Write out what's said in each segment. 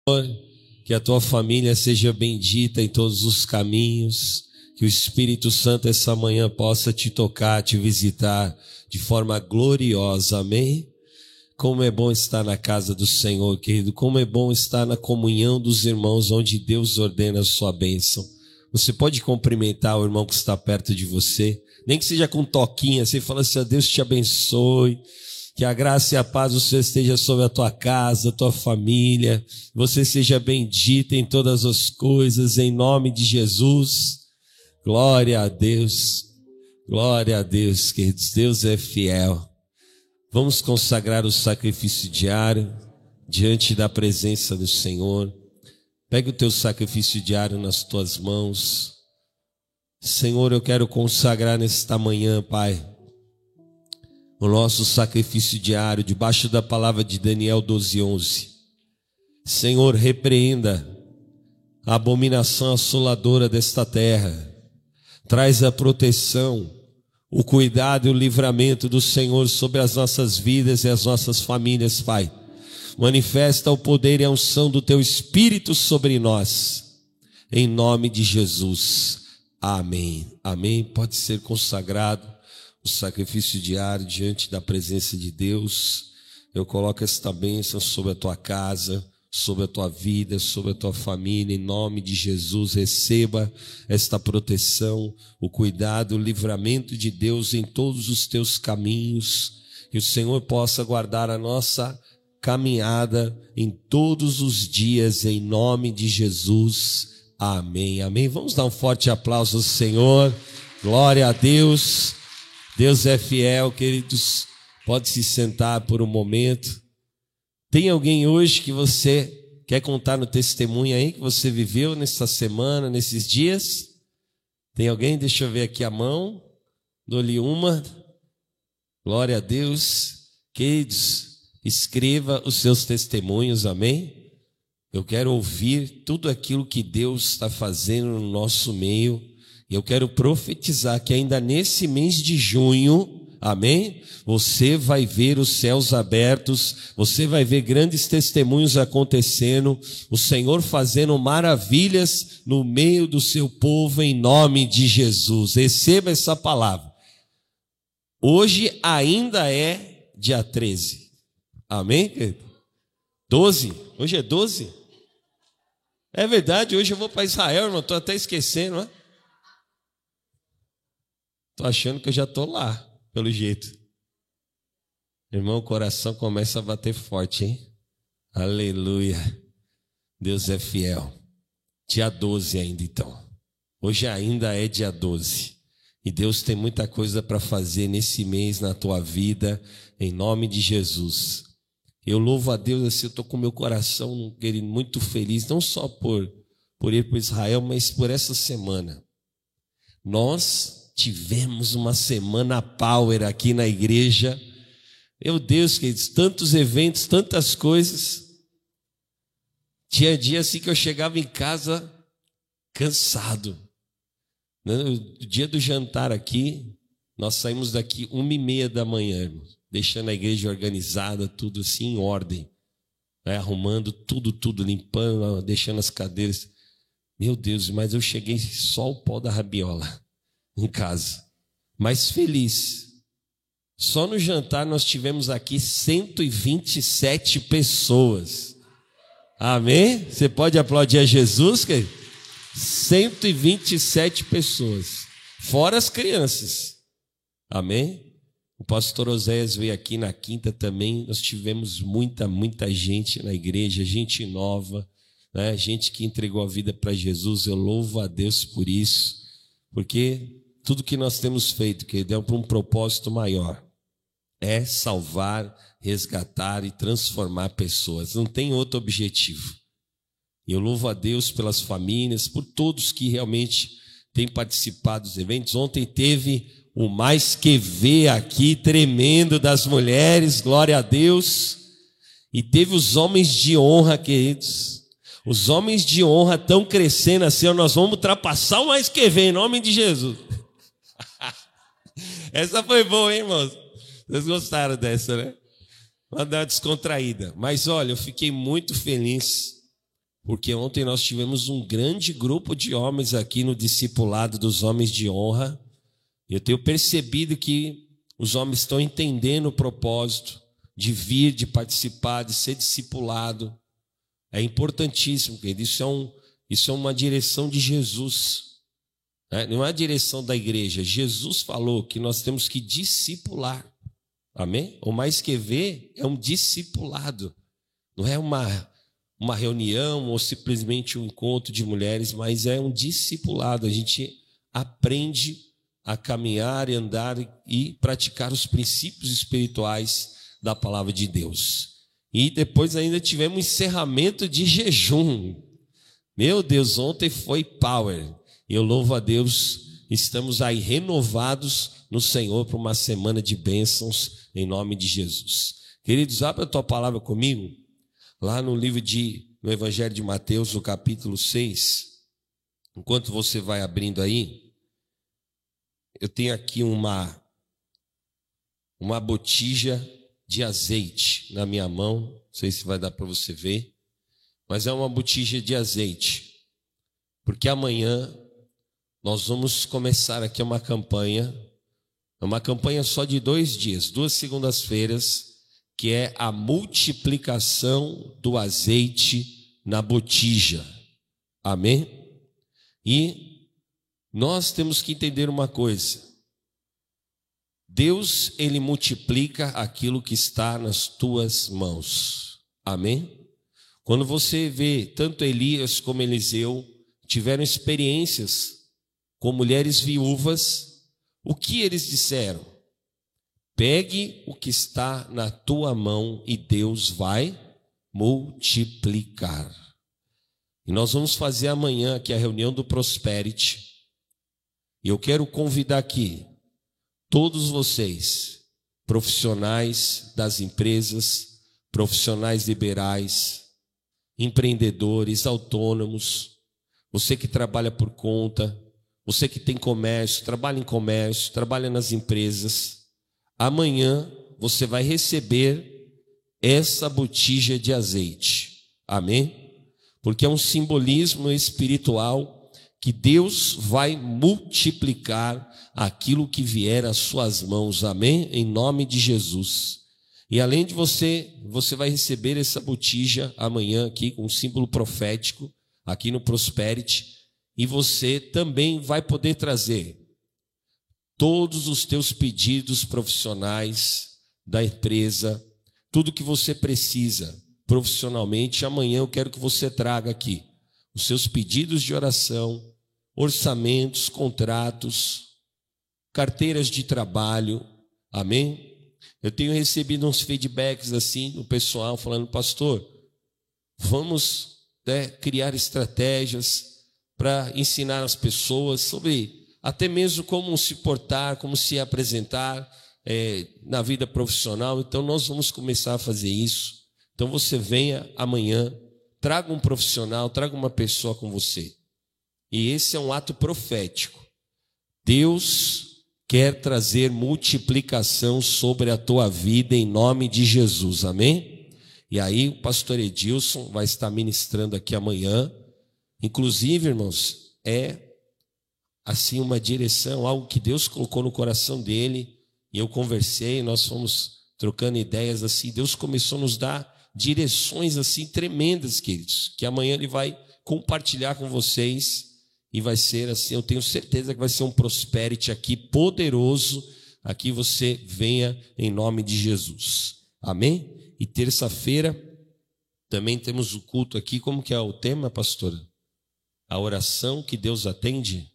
que a tua família seja bendita em todos os caminhos, que o Espírito Santo essa manhã possa te tocar, te visitar de forma gloriosa, amém? Como é bom estar na casa do Senhor, querido, como é bom estar na comunhão dos irmãos, onde Deus ordena a sua bênção. Você pode cumprimentar o irmão que está perto de você, nem que seja com um toquinho, você fala assim: Deus te abençoe, que a graça e a paz do Senhor esteja sobre a tua casa, a tua família, você seja bendita em todas as coisas, em nome de Jesus. Glória a Deus, queridos, Deus é fiel. Vamos consagrar o sacrifício diário diante da presença do Senhor. Pega o teu sacrifício diário nas tuas mãos. Senhor, eu quero consagrar nesta manhã, Pai, o nosso sacrifício diário, debaixo da palavra de Daniel 12:11. Senhor, repreenda a abominação assoladora desta terra. Traz a proteção, o cuidado e o livramento do Senhor sobre as nossas vidas e as nossas famílias, Pai. Manifesta o poder e a unção do Teu Espírito sobre nós, em nome de Jesus. Amém. Amém. Pode ser consagrado o sacrifício diário diante da presença de Deus. Eu coloco esta bênção sobre a tua casa, sobre a tua vida, sobre a tua família, em nome de Jesus. Receba esta proteção, o cuidado, o livramento de Deus em todos os teus caminhos, que o Senhor possa guardar a nossa caminhada em todos os dias, em nome de Jesus. Amém, amém. Vamos dar um forte aplauso ao Senhor. Glória a Deus. Deus é fiel, queridos. Pode se sentar por um momento. Tem alguém hoje que você quer contar no testemunho aí que você viveu nessa semana, nesses dias? Tem alguém? Deixa eu ver aqui a mão. Dou-lhe uma. Glória a Deus. Queridos, escreva os seus testemunhos, amém? Eu quero ouvir tudo aquilo que Deus está fazendo no nosso meio. E eu quero profetizar que ainda nesse mês de junho, amém? Você vai ver os céus abertos, você vai ver grandes testemunhos acontecendo, o Senhor fazendo maravilhas no meio do seu povo, em nome de Jesus. Receba essa palavra. Hoje ainda é dia 13. Amém, querido? 12? Hoje é 12? É verdade, hoje eu vou para Israel, irmão, estou até esquecendo, né? Estou achando que eu já estou lá, pelo jeito. Irmão, o coração começa a bater forte, hein? Aleluia. Deus é fiel. Dia 12 ainda, então. Hoje ainda é dia 12. E Deus tem muita coisa para fazer nesse mês na tua vida, em nome de Jesus. Eu louvo a Deus, assim, eu estou com meu coração, querido, muito feliz, não só por ir para Israel, mas por essa semana. Nós tivemos uma semana power aqui na igreja. Meu Deus, queridos, tantos eventos, tantas coisas. Tinha dia assim que eu chegava em casa cansado. No dia do jantar aqui, nós saímos daqui 1h30 da manhã, irmãos, deixando a igreja organizada, tudo assim em ordem, né? Arrumando tudo, limpando, deixando as cadeiras. Meu Deus, mas eu cheguei só o pó da rabiola em casa, mas feliz. Só no jantar nós tivemos aqui 127 pessoas. Amém? Você pode aplaudir a Jesus, querido? 127 pessoas, fora as crianças. Amém? O pastor Oséias veio aqui na quinta também. Nós tivemos muita gente na igreja, gente nova, né? Gente que entregou a vida para Jesus. Eu louvo a Deus por isso, porque tudo que nós temos feito, que deu para um propósito maior, é salvar, resgatar e transformar pessoas. Não tem outro objetivo. E eu louvo a Deus pelas famílias, por todos que realmente têm participado dos eventos. Ontem teve o Mais Que Ver aqui, tremendo, das mulheres, glória a Deus. E teve os homens de honra, queridos. Os homens de honra estão crescendo assim, nós vamos ultrapassar o Mais Que Ver, em nome de Jesus. Essa foi boa, hein, irmãos? Vocês gostaram dessa, né? Uma descontraída. Mas olha, eu fiquei muito feliz porque ontem nós tivemos um grande grupo de homens aqui no discipulado dos homens de honra. Eu tenho percebido que os homens estão entendendo o propósito de vir, de participar, de ser discipulado. É importantíssimo, querido. Isso é uma direção de Jesus, né? Não é a direção da igreja. Jesus falou que nós temos que discipular. Amém? O mais que ver é um discipulado. Não é uma reunião ou simplesmente um encontro de mulheres, mas é um discipulado. A gente aprende a caminhar e andar e praticar os princípios espirituais da palavra de Deus. E depois ainda tivemos um encerramento de jejum. Meu Deus, ontem foi power. Eu louvo a Deus, estamos aí renovados no Senhor para uma semana de bênçãos em nome de Jesus. Queridos, abra a tua palavra comigo, lá no no Evangelho de Mateus, no capítulo 6. Enquanto você vai abrindo aí, eu tenho aqui uma botija de azeite na minha mão. Não sei se vai dar para você ver, mas é uma botija de azeite, porque amanhã nós vamos começar aqui uma campanha só de 2 dias, 2 segundas-feiras, que é a multiplicação do azeite na botija. Amém? E nós temos que entender uma coisa: Deus, Ele multiplica aquilo que está nas tuas mãos. Amém? Quando você vê tanto Elias como Eliseu tiveram experiências com mulheres viúvas, o que eles disseram? Pegue o que está na tua mão e Deus vai multiplicar. E nós vamos fazer amanhã aqui a reunião do Prosperity. E eu quero convidar aqui todos vocês, profissionais das empresas, profissionais liberais, empreendedores, autônomos, você que trabalha por conta, você que tem comércio, trabalha em comércio, trabalha nas empresas. Amanhã você vai receber essa botija de azeite. Amém? Porque é um simbolismo espiritual que Deus vai multiplicar aquilo que vier às suas mãos. Amém? Em nome de Jesus. E além de você vai receber essa botija amanhã aqui com um símbolo profético aqui no Prosperity. E você também vai poder trazer todos os teus pedidos profissionais da empresa, tudo que você precisa profissionalmente. Amanhã eu quero que você traga aqui os seus pedidos de oração, orçamentos, contratos, carteiras de trabalho. Amém? Eu tenho recebido uns feedbacks assim do pessoal falando: pastor, vamos criar estratégias para ensinar as pessoas sobre até mesmo como se portar, como se apresentar na vida profissional. Então nós vamos começar a fazer isso. Então você venha amanhã, traga um profissional, traga uma pessoa com você. E esse é um ato profético. Deus quer trazer multiplicação sobre a tua vida em nome de Jesus. Amém? E aí o pastor Edilson vai estar ministrando aqui amanhã. Inclusive, irmãos, é assim uma direção, algo que Deus colocou no coração dele, e eu conversei, nós fomos trocando ideias assim. Deus começou a nos dar direções assim tremendas, queridos, que amanhã ele vai compartilhar com vocês, e vai ser assim, eu tenho certeza que vai ser um Prosperity aqui poderoso. Aqui você venha em nome de Jesus. Amém? E terça-feira também temos o culto aqui. Como que é o tema, pastora? A oração que Deus atende?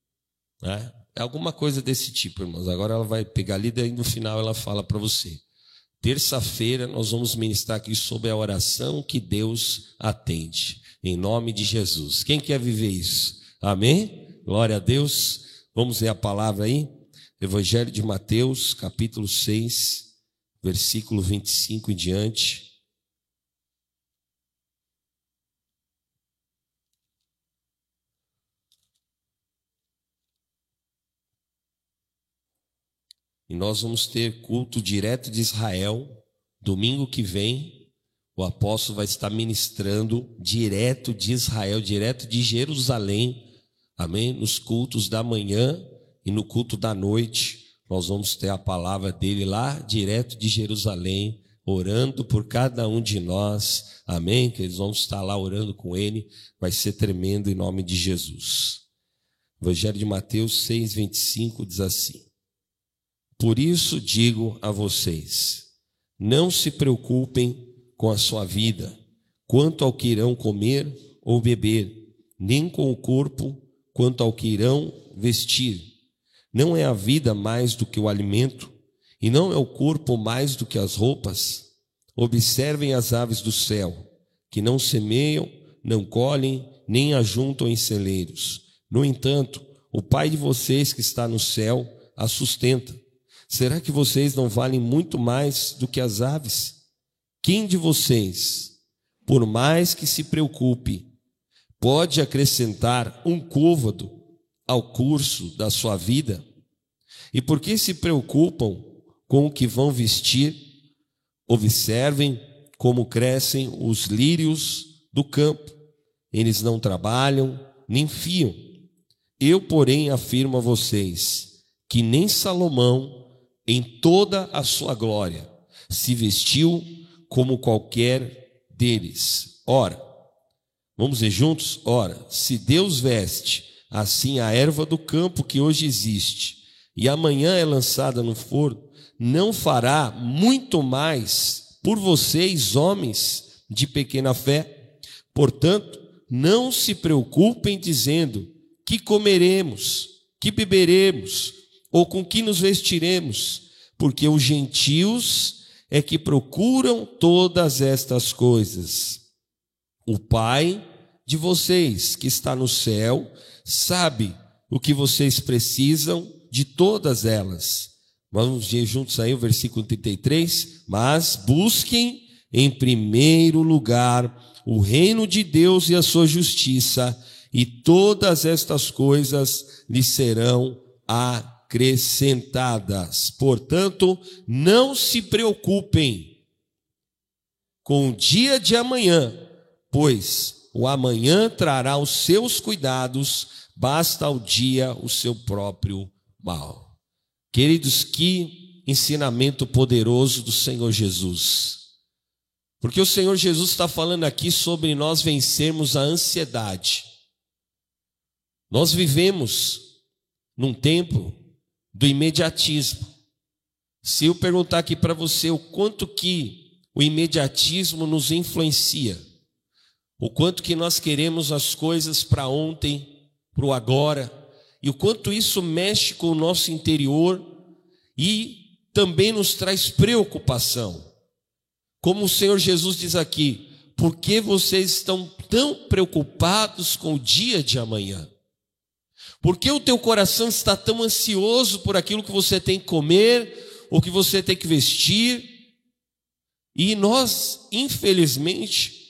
É alguma coisa desse tipo, irmãos. Agora ela vai pegar ali, daí no final ela fala para você. Terça-feira nós vamos ministrar aqui sobre a oração que Deus atende, em nome de Jesus. Quem quer viver isso? Amém? Glória a Deus. Vamos ler a palavra aí. Evangelho de Mateus, capítulo 6, versículo 25 em diante. E nós vamos ter culto direto de Israel, domingo que vem, O apóstolo vai estar ministrando direto de Israel, direto de Jerusalém, amém? Nos cultos da manhã e no culto da noite, nós vamos ter a palavra dele lá, direto de Jerusalém, orando por cada um de nós, amém? Que eles vão estar lá orando com ele, vai ser tremendo em nome de Jesus. Evangelho de Mateus 6:25 diz assim: por isso digo a vocês, não se preocupem com a sua vida, quanto ao que irão comer ou beber, nem com o corpo, quanto ao que irão vestir. Não é a vida mais do que o alimento, e não é o corpo mais do que as roupas? Observem as aves do céu, que não semeiam, não colhem, nem ajuntam em celeiros. No entanto, o Pai de vocês que está no céu as sustenta. Será que vocês não valem muito mais do que as aves? Quem de vocês, por mais que se preocupe, pode acrescentar um côvado ao curso da sua vida? E por que se preocupam com o que vão vestir? Observem como crescem os lírios do campo. Eles não trabalham, nem fiam. Eu, porém, afirmo a vocês que nem Salomão, em toda a sua glória, se vestiu como qualquer deles. Ora, vamos ver juntos? Ora, se Deus veste assim a erva do campo que hoje existe e amanhã é lançada no forno, não fará muito mais por vocês, homens de pequena fé? Portanto, não se preocupem dizendo: que comeremos, que beberemos, ou com que nos vestiremos, porque os gentios é que procuram todas estas coisas. O Pai de vocês que está no céu sabe o que vocês precisam de todas elas. Vamos ver juntos aí o versículo 33. Mas busquem em primeiro lugar o reino de Deus e a sua justiça, e todas estas coisas lhe serão acrescentadas. Portanto, não se preocupem com o dia de amanhã, pois o amanhã trará os seus cuidados, basta ao dia o seu próprio mal. Queridos, que ensinamento poderoso do Senhor Jesus. Porque o Senhor Jesus está falando aqui sobre nós vencermos a ansiedade. Nós vivemos num tempo do imediatismo. Se eu perguntar aqui para você o quanto que o imediatismo nos influencia, o quanto que nós queremos as coisas para ontem, para o agora, e o quanto isso mexe com o nosso interior e também nos traz preocupação. Como o Senhor Jesus diz aqui: por que vocês estão tão preocupados com o dia de amanhã? Por que o teu coração está tão ansioso por aquilo que você tem que comer, ou que você tem que vestir? E nós, infelizmente,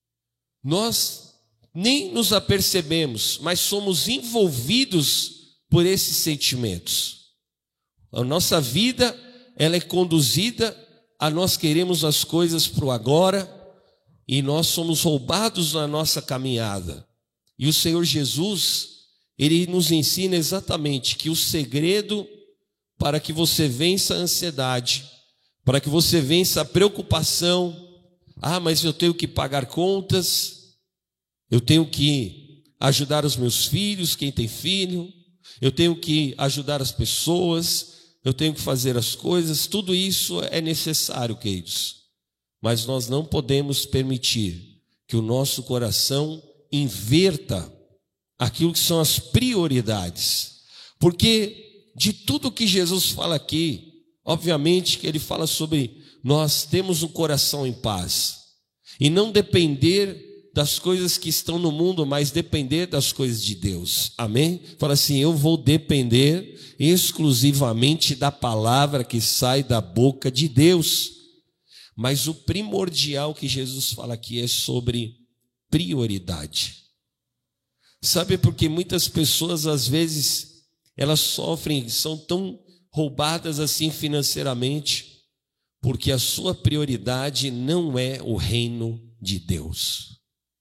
nós nem nos apercebemos, mas somos envolvidos por esses sentimentos. A nossa vida, ela é conduzida a nós queremos as coisas para o agora, e nós somos roubados na nossa caminhada. E o Senhor Jesus, Ele nos ensina exatamente que o segredo para que você vença a ansiedade, para que você vença a preocupação: mas eu tenho que pagar contas, eu tenho que ajudar os meus filhos, quem tem filho, eu tenho que ajudar as pessoas, eu tenho que fazer as coisas. Tudo isso é necessário, queridos, mas nós não podemos permitir que o nosso coração inverta aquilo que são as prioridades, porque de tudo que Jesus fala aqui, obviamente que ele fala sobre nós temos um coração em paz, e não depender das coisas que estão no mundo, mas depender das coisas de Deus, amém? Fala assim: eu vou depender exclusivamente da palavra que sai da boca de Deus. Mas o primordial que Jesus fala aqui é sobre prioridade. Sabe por que muitas pessoas às vezes elas sofrem, são tão roubadas assim financeiramente? porque a sua prioridade não é o reino de Deus.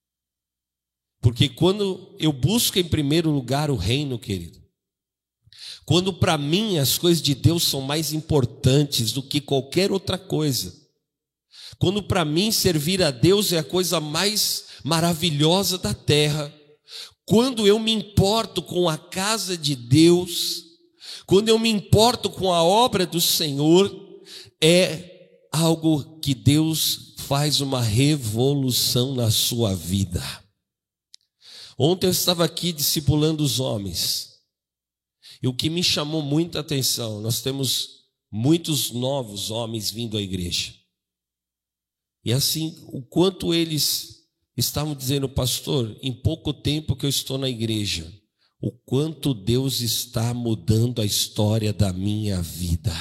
Porque quando eu busco em primeiro lugar o reino, querido, quando para mim as coisas de Deus são mais importantes do que qualquer outra coisa, quando para mim servir a Deus é a coisa mais maravilhosa da terra, quando eu me importo com a casa de Deus, quando eu me importo com a obra do Senhor, é algo que Deus faz uma revolução na sua vida. Ontem eu estava aqui discipulando os homens, e o que me chamou muita atenção, nós temos muitos novos homens vindo à igreja, e assim, o quanto eles estavam dizendo: pastor, em pouco tempo que eu estou na igreja, o quanto Deus está mudando a história da minha vida,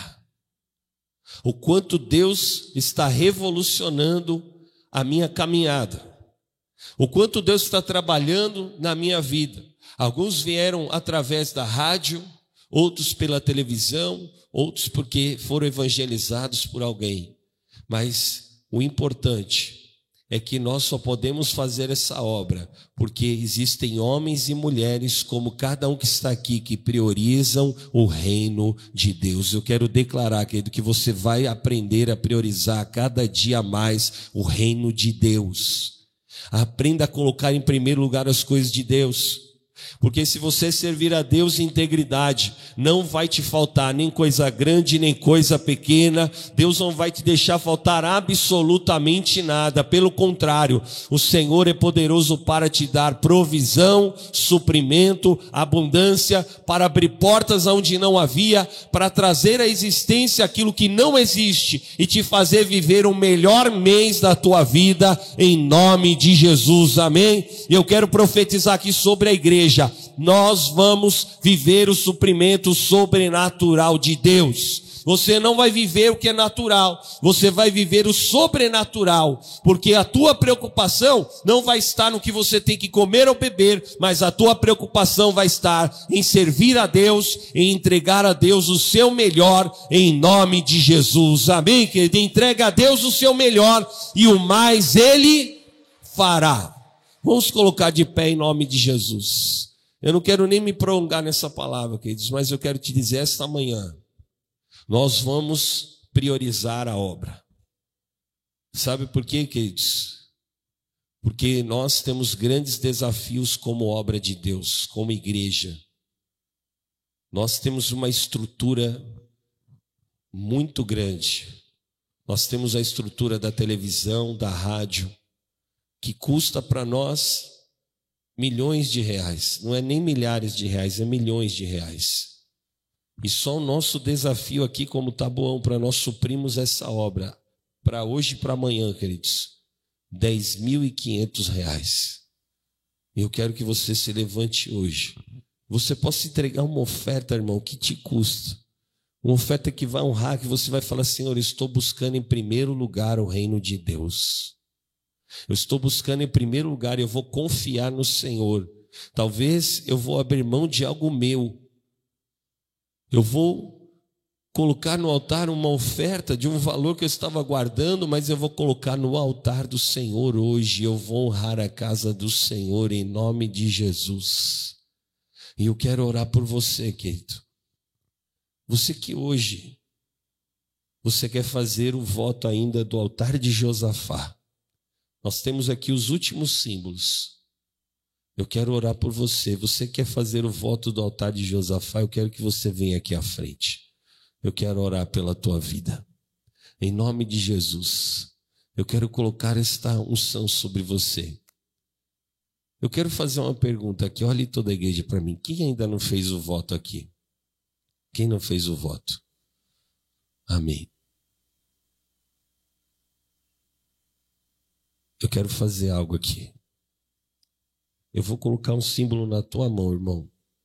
o quanto Deus está revolucionando a minha caminhada, o quanto Deus está trabalhando na minha vida. Alguns vieram através da rádio, outros pela televisão, outros porque foram evangelizados por alguém. Mas o importante é que nós só podemos fazer essa obra porque existem homens e mulheres como cada um que está aqui, que priorizam o reino de Deus. Eu quero declarar, querido, que você vai aprender a priorizar cada dia mais o reino de Deus. Aprenda a colocar em primeiro lugar as coisas de Deus, porque se você servir a Deus em integridade, não vai te faltar nem coisa grande, nem coisa pequena. Deus não vai te deixar faltar absolutamente nada. Pelo contrário, o Senhor é poderoso para te dar provisão, suprimento, abundância, para abrir portas onde não havia, para trazer à existência aquilo que não existe e te fazer viver o melhor mês da tua vida, em nome de Jesus, amém? E eu quero profetizar aqui sobre a igreja: nós vamos viver o suprimento sobrenatural de Deus. Você não vai viver o que é natural, você vai viver o sobrenatural, porque a tua preocupação não vai estar no que você tem que comer ou beber, mas a tua preocupação vai estar em servir a Deus, em entregar a Deus o seu melhor, em nome de Jesus, amém, querido? Entrega a Deus o seu melhor e o mais Ele fará. Vamos colocar de pé em nome de Jesus. Eu não quero nem me prolongar nessa palavra, queridos, mas eu quero te dizer esta manhã: nós vamos priorizar a obra. Sabe por quê, queridos? Porque nós temos grandes desafios como obra de Deus, como igreja. Nós temos uma estrutura muito grande. Nós temos a estrutura da televisão, da rádio, que custa para nós milhões de reais. Não é nem milhares de reais, é milhões de reais. E só o nosso desafio aqui como Taboão, para nós suprirmos essa obra, para hoje e para amanhã, queridos, R$10.500. Eu quero que você se levante hoje. Você possa entregar uma oferta, irmão, que te custa. Uma oferta que vai honrar, que você vai falar: Senhor, eu estou buscando em primeiro lugar o reino de Deus. Eu estou buscando em primeiro lugar, eu vou confiar no Senhor. Talvez eu vou abrir mão de algo meu. Eu vou colocar no altar uma oferta de um valor que eu estava guardando, mas eu vou colocar no altar do Senhor hoje. Eu vou honrar a casa do Senhor em nome de Jesus. E eu quero orar por você, querido. Você que hoje, você quer fazer o voto ainda do altar de Josafá. Nós temos aqui os últimos símbolos. Eu quero orar por você. Você quer fazer o voto do altar de Josafá? Eu quero que você venha aqui à frente. Eu quero orar pela tua vida. Em nome de Jesus, eu quero colocar esta unção sobre você. Eu quero fazer uma pergunta aqui. Olhe toda a igreja para mim. Quem ainda não fez o voto aqui? Quem não fez o voto? Amém. Eu quero fazer algo aqui. Eu vou colocar um símbolo na tua mão, irmão.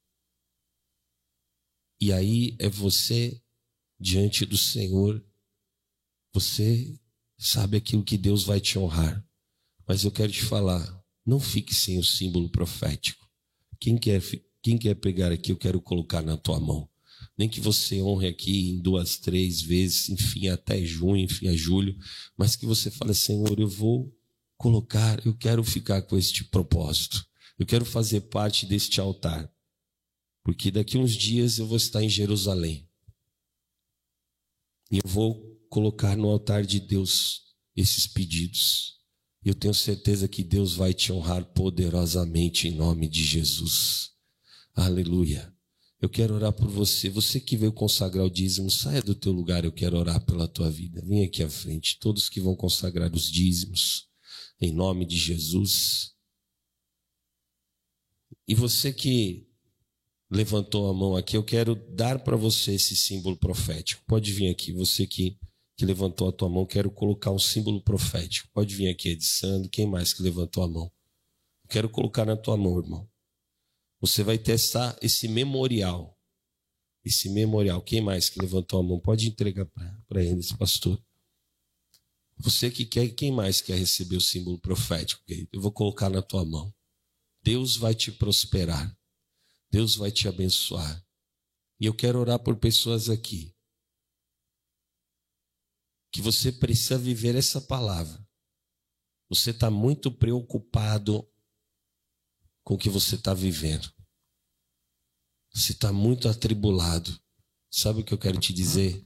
E aí é você diante do Senhor. Você sabe aquilo que Deus vai te honrar. Mas eu quero te falar, não fique sem o símbolo profético. Quem quer pegar aqui, eu quero colocar na tua mão. Nem que você honre aqui em 2, 3 vezes, enfim, até junho, enfim, a julho, mas que você fale, Senhor, eu quero ficar com este propósito. Eu quero fazer parte deste altar. Porque daqui uns dias eu vou estar em Jerusalém. E eu vou colocar no altar de Deus esses pedidos. E eu tenho certeza que Deus vai te honrar poderosamente em nome de Jesus. Aleluia. Eu quero orar por você. Você que veio consagrar o dízimo, saia do teu lugar, eu quero orar pela tua vida. Vem aqui à frente, todos que vão consagrar os dízimos, em nome de Jesus. E você que levantou a mão aqui, eu quero dar para você esse símbolo profético. Pode vir aqui, você que levantou a tua mão, quero colocar um símbolo profético. Pode vir aqui, Edson. Quem mais que levantou a mão? Eu quero colocar na tua mão, irmão. Você vai testar esse memorial. Esse memorial. Quem mais que levantou a mão? Pode entregar para eles, pastor. Você que quer, quem mais quer receber o símbolo profético? Eu vou colocar na tua mão. Deus vai te prosperar. Deus vai te abençoar. E eu quero orar por pessoas aqui que você precisa viver essa palavra. Você está muito preocupado com o que você está vivendo. Você está muito atribulado. Sabe o que eu quero te dizer?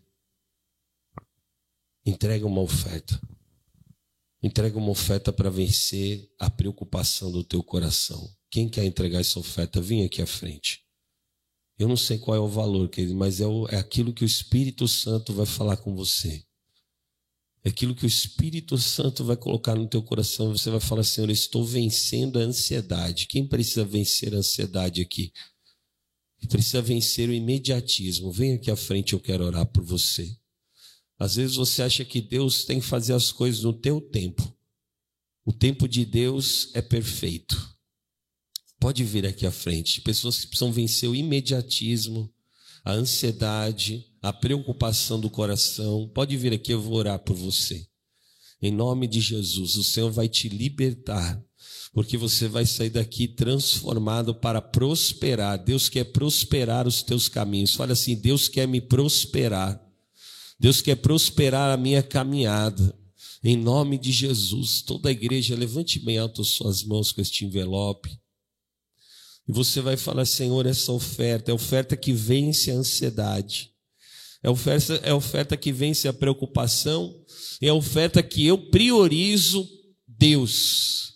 Entrega uma oferta. Entrega uma oferta para vencer a preocupação do teu coração. Quem quer entregar essa oferta, vem aqui à frente. Eu não sei qual é o valor, querido, mas é aquilo que o Espírito Santo vai falar com você. É aquilo que o Espírito Santo vai colocar no teu coração. Você vai falar, Senhor, eu estou vencendo a ansiedade. Quem precisa vencer a ansiedade aqui? Precisa vencer o imediatismo. Vem aqui à frente, eu quero orar por você. Às vezes você acha que Deus tem que fazer as coisas no teu tempo. O tempo de Deus é perfeito. Pode vir aqui à frente. Pessoas que precisam vencer o imediatismo, a ansiedade, a preocupação do coração. Pode vir aqui, eu vou orar por você. Em nome de Jesus, o Senhor vai te libertar, porque você vai sair daqui transformado para prosperar. Deus quer prosperar os teus caminhos. Fala assim, Deus quer me prosperar. Deus quer prosperar a minha caminhada. Em nome de Jesus, toda a igreja, levante bem alto as suas mãos com este envelope. E você vai falar, Senhor, essa oferta é a oferta que vence a ansiedade. É a oferta que vence a preocupação. É a oferta que eu priorizo Deus.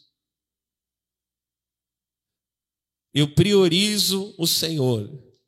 Eu priorizo o Senhor.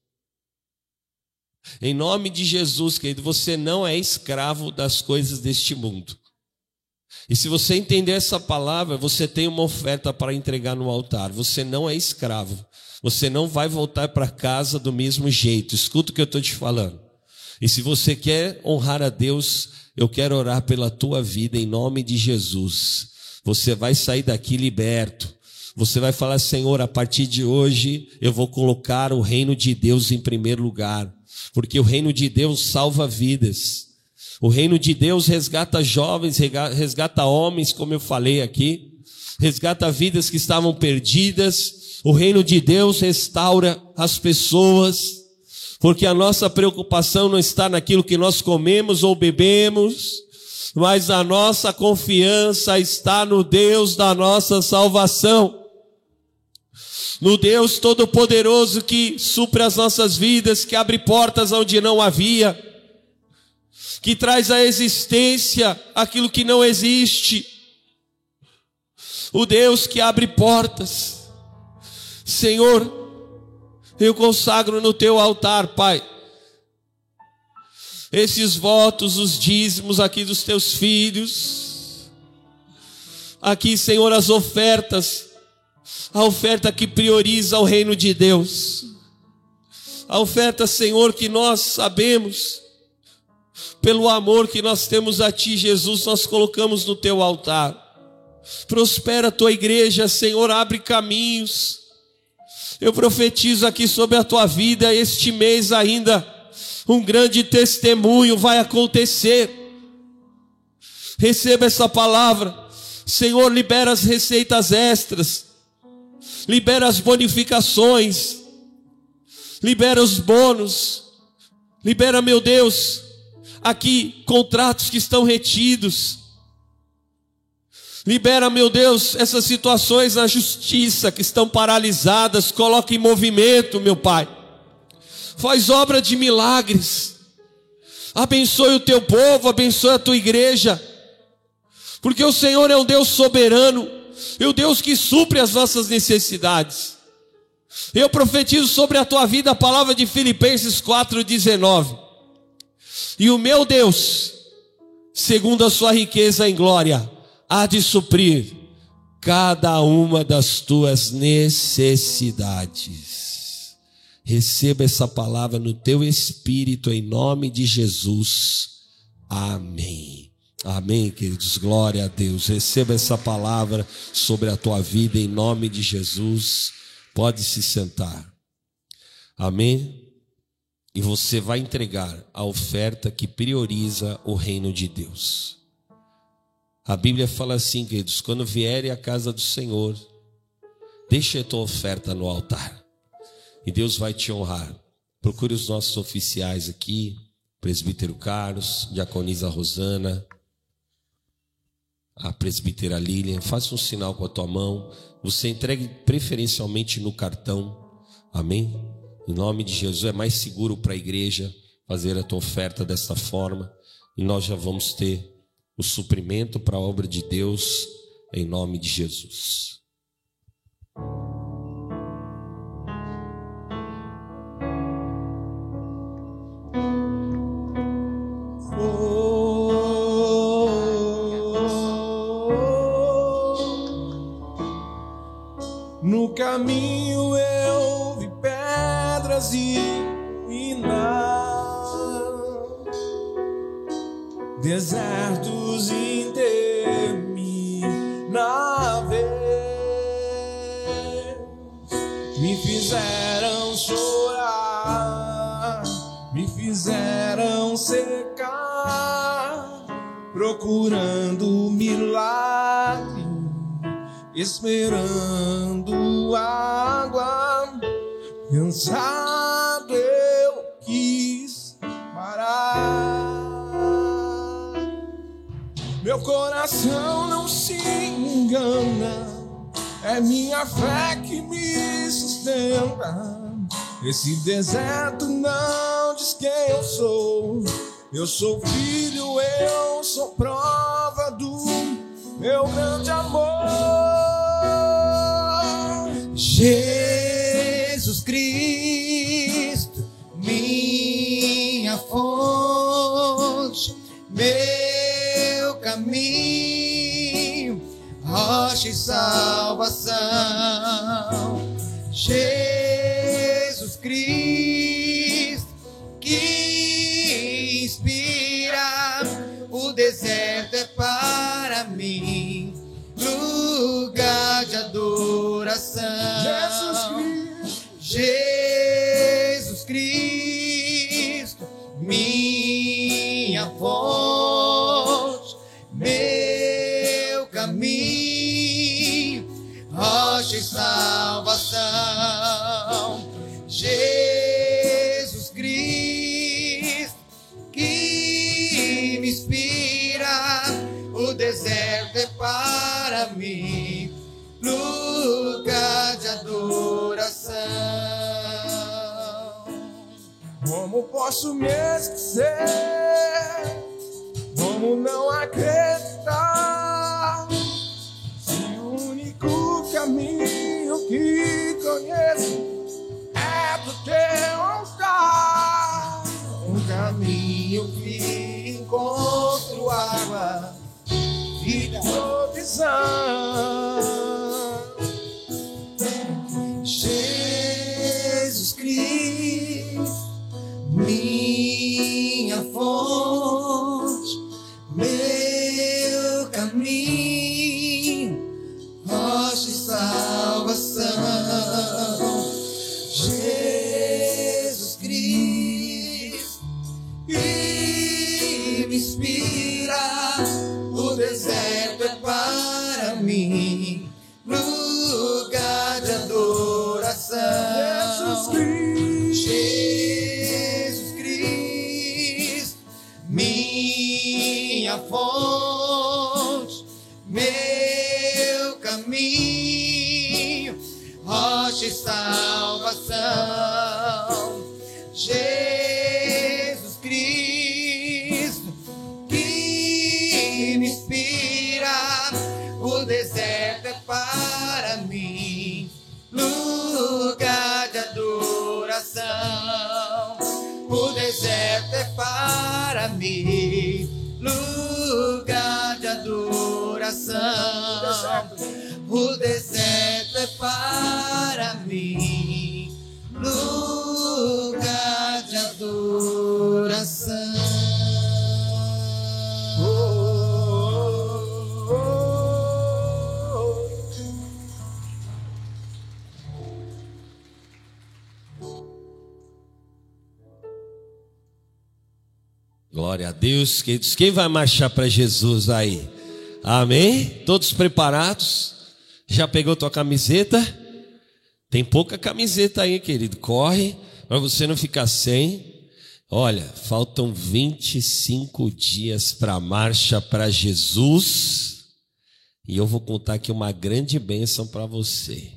Em nome de Jesus, querido, você não é escravo das coisas deste mundo. E se você entender essa palavra, você tem uma oferta para entregar no altar. Você não é escravo. Você não vai voltar para casa do mesmo jeito. Escuta o que eu estou te falando. E se você quer honrar a Deus, eu quero orar pela tua vida em nome de Jesus. Você vai sair daqui liberto. Você vai falar, Senhor, a partir de hoje eu vou colocar o reino de Deus em primeiro lugar. Porque o reino de Deus salva vidas. O reino de Deus resgata jovens, resgata homens, como eu falei aqui. Resgata vidas que estavam perdidas. O reino de Deus restaura as pessoas. Porque a nossa preocupação não está naquilo que nós comemos ou bebemos, mas a nossa confiança está no Deus da nossa salvação. No Deus Todo-Poderoso que supre as nossas vidas, que abre portas onde não havia, que traz à existência aquilo que não existe. O Deus que abre portas. Senhor, eu consagro no teu altar, Pai, esses votos, os dízimos aqui dos teus filhos. Aqui, Senhor, as ofertas. A oferta que prioriza o reino de Deus. A oferta, Senhor, que nós sabemos, pelo amor que nós temos a Ti, Jesus, nós colocamos no Teu altar. Prospera a Tua igreja, Senhor, abre caminhos. Eu profetizo aqui sobre a Tua vida, este mês ainda, um grande testemunho vai acontecer. Receba essa palavra. Senhor, libera as receitas extras. Libera as bonificações, libera os bônus, Libera, meu Deus, aqui contratos que estão retidos. Libera, meu Deus, essas situações na justiça que estão paralisadas. Coloca em movimento, meu Pai. Faz obra de milagres. Abençoe o teu povo, abençoe a tua igreja. Porque o Senhor é um Deus soberano, é o Deus que supre as nossas necessidades. Eu profetizo sobre a tua vida a palavra de Filipenses 4,19. E o meu Deus, segundo a sua riqueza em glória, há de suprir cada uma das tuas necessidades. Receba essa palavra no teu espírito, em nome de Jesus. Amém. Amém, queridos. Glória a Deus. Receba essa palavra sobre a tua vida, em nome de Jesus. Pode se sentar. Amém. E você vai entregar a oferta que prioriza o reino de Deus. A Bíblia fala assim, queridos: quando vierem à casa do Senhor, deixa a tua oferta no altar. E Deus vai te honrar. Procure os nossos oficiais aqui, presbítero Carlos, diaconisa Rosana, a presbítera Lilian. Faça um sinal com a tua mão. Você entregue preferencialmente no cartão. Amém? Em nome de Jesus, é mais seguro para a igreja fazer a tua oferta dessa forma. E nós já vamos ter o suprimento para a obra de Deus, em nome de Jesus. No caminho eu vi pedras e não desertos intermináveis me fizeram chorar, me fizeram secar, procurando milagre, esperando água. Cansado eu quis parar. Meu coração não se engana, é minha fé que me sustenta. Esse deserto não diz quem eu sou. Eu sou filho, eu sou prova do meu grande amor. Jesus Cristo, minha fonte, meu caminho, rocha e salvação. Jesus Cristo, que inspira, o deserto é para mim lugar de adoração. Jesus Cristo, minha fonte, meu caminho, rocha e salvação. Jesus Cristo, que me inspira, o deserto é para mim lugar de adoração. Como posso me esquecer? Como não acreditar? Se o único caminho que conheço é pro teu altar, um caminho que encontro água e provisão. Jesus Cristo, minha fonte, meu caminho, rocha e salvação. Jesus Cristo, que me inspira, o deserto é para mim minha fonte, meu caminho, rocha e salvação. Jesus Cristo, que me inspira, o deserto é para mim lugar de adoração. O deserto é para mim lugar de adoração. O deserto é para mim lugar de adoração. Glória a Deus, queridos. Quem vai marchar para Jesus aí? Amém? Todos preparados? Já pegou tua camiseta? Tem pouca camiseta aí, querido. Corre para você não ficar sem. Olha, faltam 25 dias para a marcha para Jesus. E eu vou contar aqui uma grande bênção para você.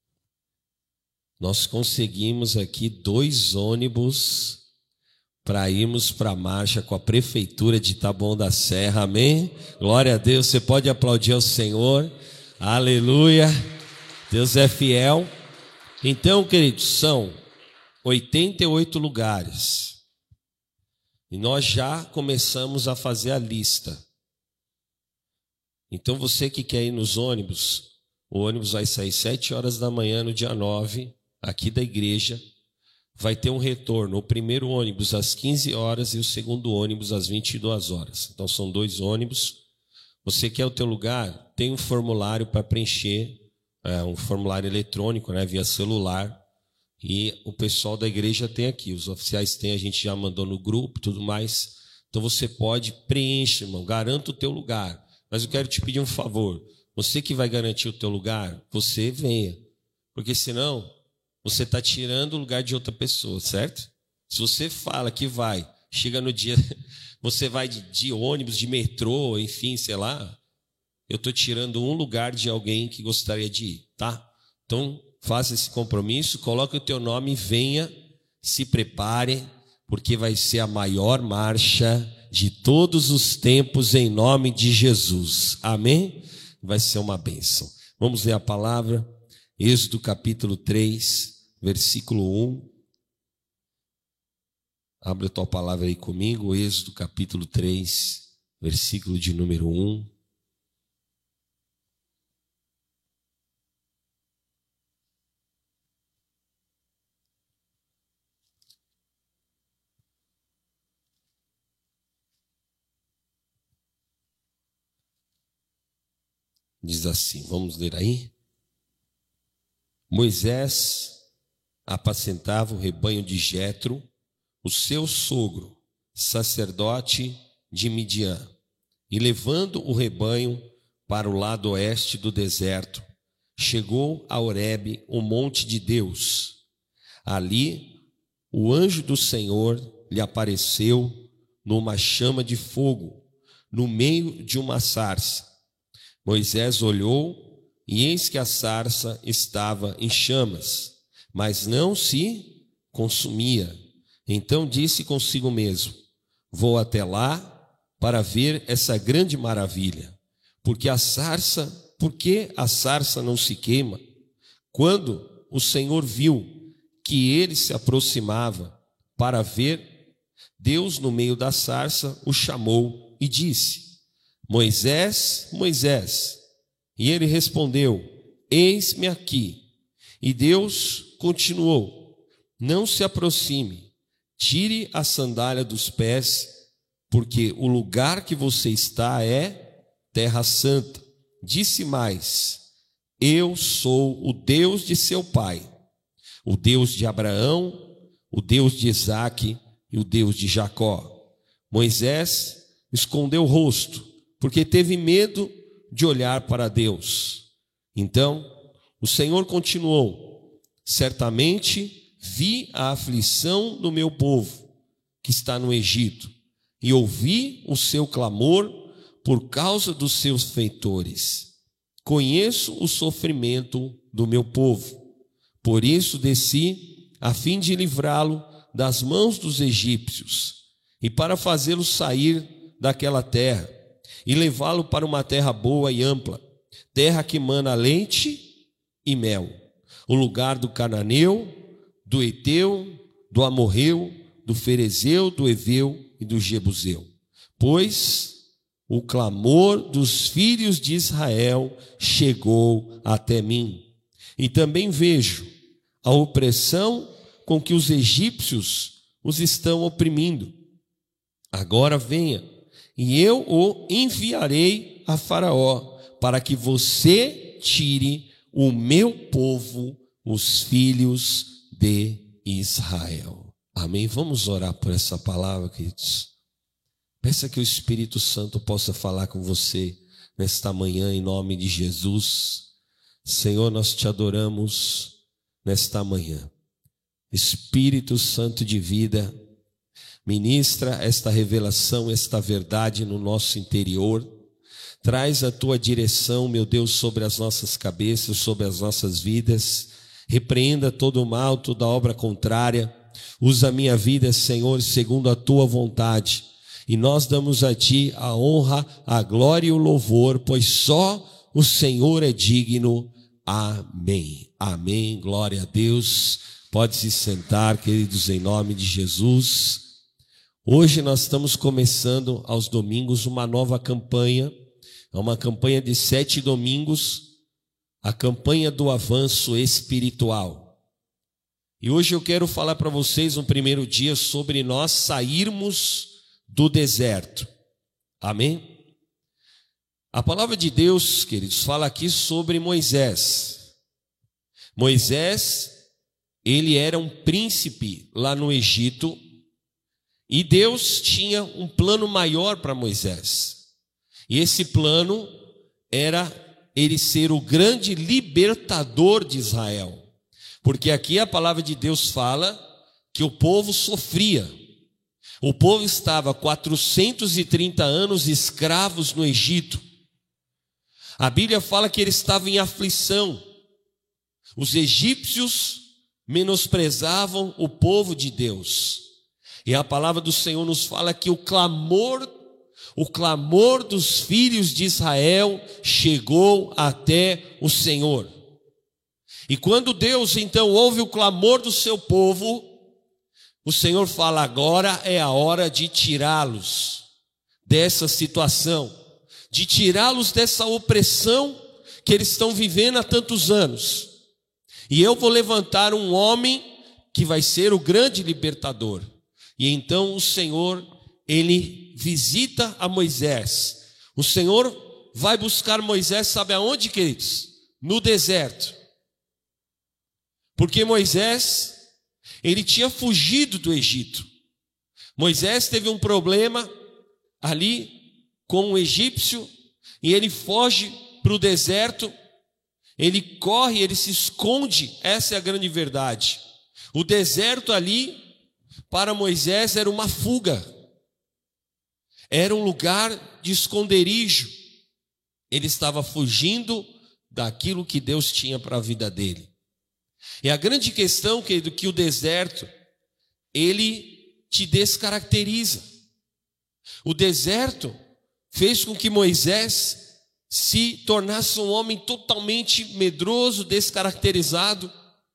Nós conseguimos aqui 2 ônibus para irmos para a marcha com a prefeitura de Taboão da Serra, amém? Glória a Deus, você pode aplaudir ao Senhor, aleluia, Deus é fiel. Então, queridos, são 88 lugares, e nós já começamos a fazer a lista. Então, você que quer ir nos ônibus, o ônibus vai sair 7 horas da manhã no dia 9, aqui da igreja. Vai ter um retorno, o primeiro ônibus às 15 horas e o segundo ônibus às 22 horas. Então são 2 ônibus. Você quer o teu lugar? Tem um formulário para preencher, um formulário eletrônico, né, via celular. E o pessoal da igreja tem aqui, os oficiais têm, a gente já mandou no grupo, tudo mais. Então você pode preencher, irmão, garanta o teu lugar. Mas eu quero te pedir um favor, você que vai garantir o teu lugar, você venha. Porque senão você está tirando o lugar de outra pessoa, certo? Se você fala que vai, chega no dia, você vai de ônibus, de metrô, enfim, sei lá, eu estou tirando um lugar de alguém que gostaria de ir, tá? Então, faça esse compromisso, coloque o teu nome, venha, se prepare, porque vai ser a maior marcha de todos os tempos em nome de Jesus, amém? Vai ser uma bênção. Vamos ler a palavra. Êxodo capítulo 3, versículo 1. Abre a tua palavra aí comigo, Êxodo capítulo 3, versículo de número 1. Diz assim, vamos ler aí? Moisés apacentava o rebanho de Jetro, o seu sogro, sacerdote de Midian, e levando o rebanho para o lado oeste do deserto, chegou a Horebe, o monte de Deus. Ali, o anjo do Senhor lhe apareceu numa chama de fogo, no meio de uma sarça. Moisés olhou, e eis que a sarça estava em chamas, mas não se consumia. Então disse consigo mesmo, vou até lá para ver essa grande maravilha. Por que a sarça não se queima? Quando o Senhor viu que ele se aproximava para ver, Deus no meio da sarça o chamou e disse, Moisés, Moisés. E ele respondeu, eis-me aqui. E Deus continuou, não se aproxime, tire a sandália dos pés, porque o lugar que você está é terra santa. Disse mais, eu sou o Deus de seu pai, o Deus de Abraão, o Deus de Isaque e o Deus de Jacó. Moisés escondeu o rosto, porque teve medo de olhar para Deus. Então o Senhor continuou, certamente vi a aflição do meu povo que está no Egito, e ouvi o seu clamor por causa dos seus feitores. Conheço o sofrimento do meu povo, por isso desci, a fim de livrá-lo das mãos dos egípcios, e para fazê-lo sair daquela terra, e levá-lo para uma terra boa e ampla, terra que mana leite e mel, o lugar do cananeu, do Eteu, do Amorreu, do Ferezeu, do Eveu e do Jebuseu. Pois o clamor dos filhos de Israel chegou até mim, e também vejo a opressão com que os egípcios os estão oprimindo. Agora venha, e eu o enviarei a Faraó, para que você tire o meu povo, os filhos de Israel. Amém? Vamos orar por essa palavra, queridos. Peça que o Espírito Santo possa falar com você nesta manhã, em nome de Jesus. Senhor, nós te adoramos nesta manhã. Espírito Santo de vida, ministra esta revelação, esta verdade no nosso interior. Traz a tua direção, meu Deus, sobre as nossas cabeças, sobre as nossas vidas. Repreenda todo o mal, toda obra contrária. Usa a minha vida, Senhor, segundo a tua vontade. E nós damos a ti a honra, a glória e o louvor, pois só o Senhor é digno. Amém. Amém. Glória a Deus. Pode se sentar, queridos, em nome de Jesus. Hoje nós estamos começando aos domingos uma nova campanha. É uma campanha de 7 domingos, a campanha do avanço espiritual. E hoje eu quero falar para vocês no primeiro dia sobre nós sairmos do deserto. Amém? A palavra de Deus, queridos, fala aqui sobre Moisés. Moisés, ele era um príncipe lá no Egito, e Deus tinha um plano maior para Moisés. E esse plano era ele ser o grande libertador de Israel. Porque aqui a palavra de Deus fala que o povo sofria. O povo estava 430 anos escravos no Egito. A Bíblia fala que ele estava em aflição. Os egípcios menosprezavam o povo de Deus. E a palavra do Senhor nos fala que o clamor dos filhos de Israel chegou até o Senhor. E quando Deus então ouve o clamor do seu povo, o Senhor fala: agora é a hora de tirá-los dessa situação, de tirá-los dessa opressão que eles estão vivendo há tantos anos. E eu vou levantar um homem que vai ser o grande libertador. E então o Senhor, ele visita a Moisés. O Senhor vai buscar Moisés, sabe aonde, queridos? No deserto. Porque Moisés, ele tinha fugido do Egito. Moisés teve um problema ali com o egípcio, e ele foge para o deserto. Ele corre, ele se esconde. Essa é a grande verdade. O deserto ali, para Moisés, era uma fuga. Era um lugar de esconderijo. Ele estava fugindo daquilo que Deus tinha para a vida dele. E a grande questão, querido, que o deserto, ele te descaracteriza. O deserto fez com que Moisés se tornasse um homem totalmente medroso, descaracterizado.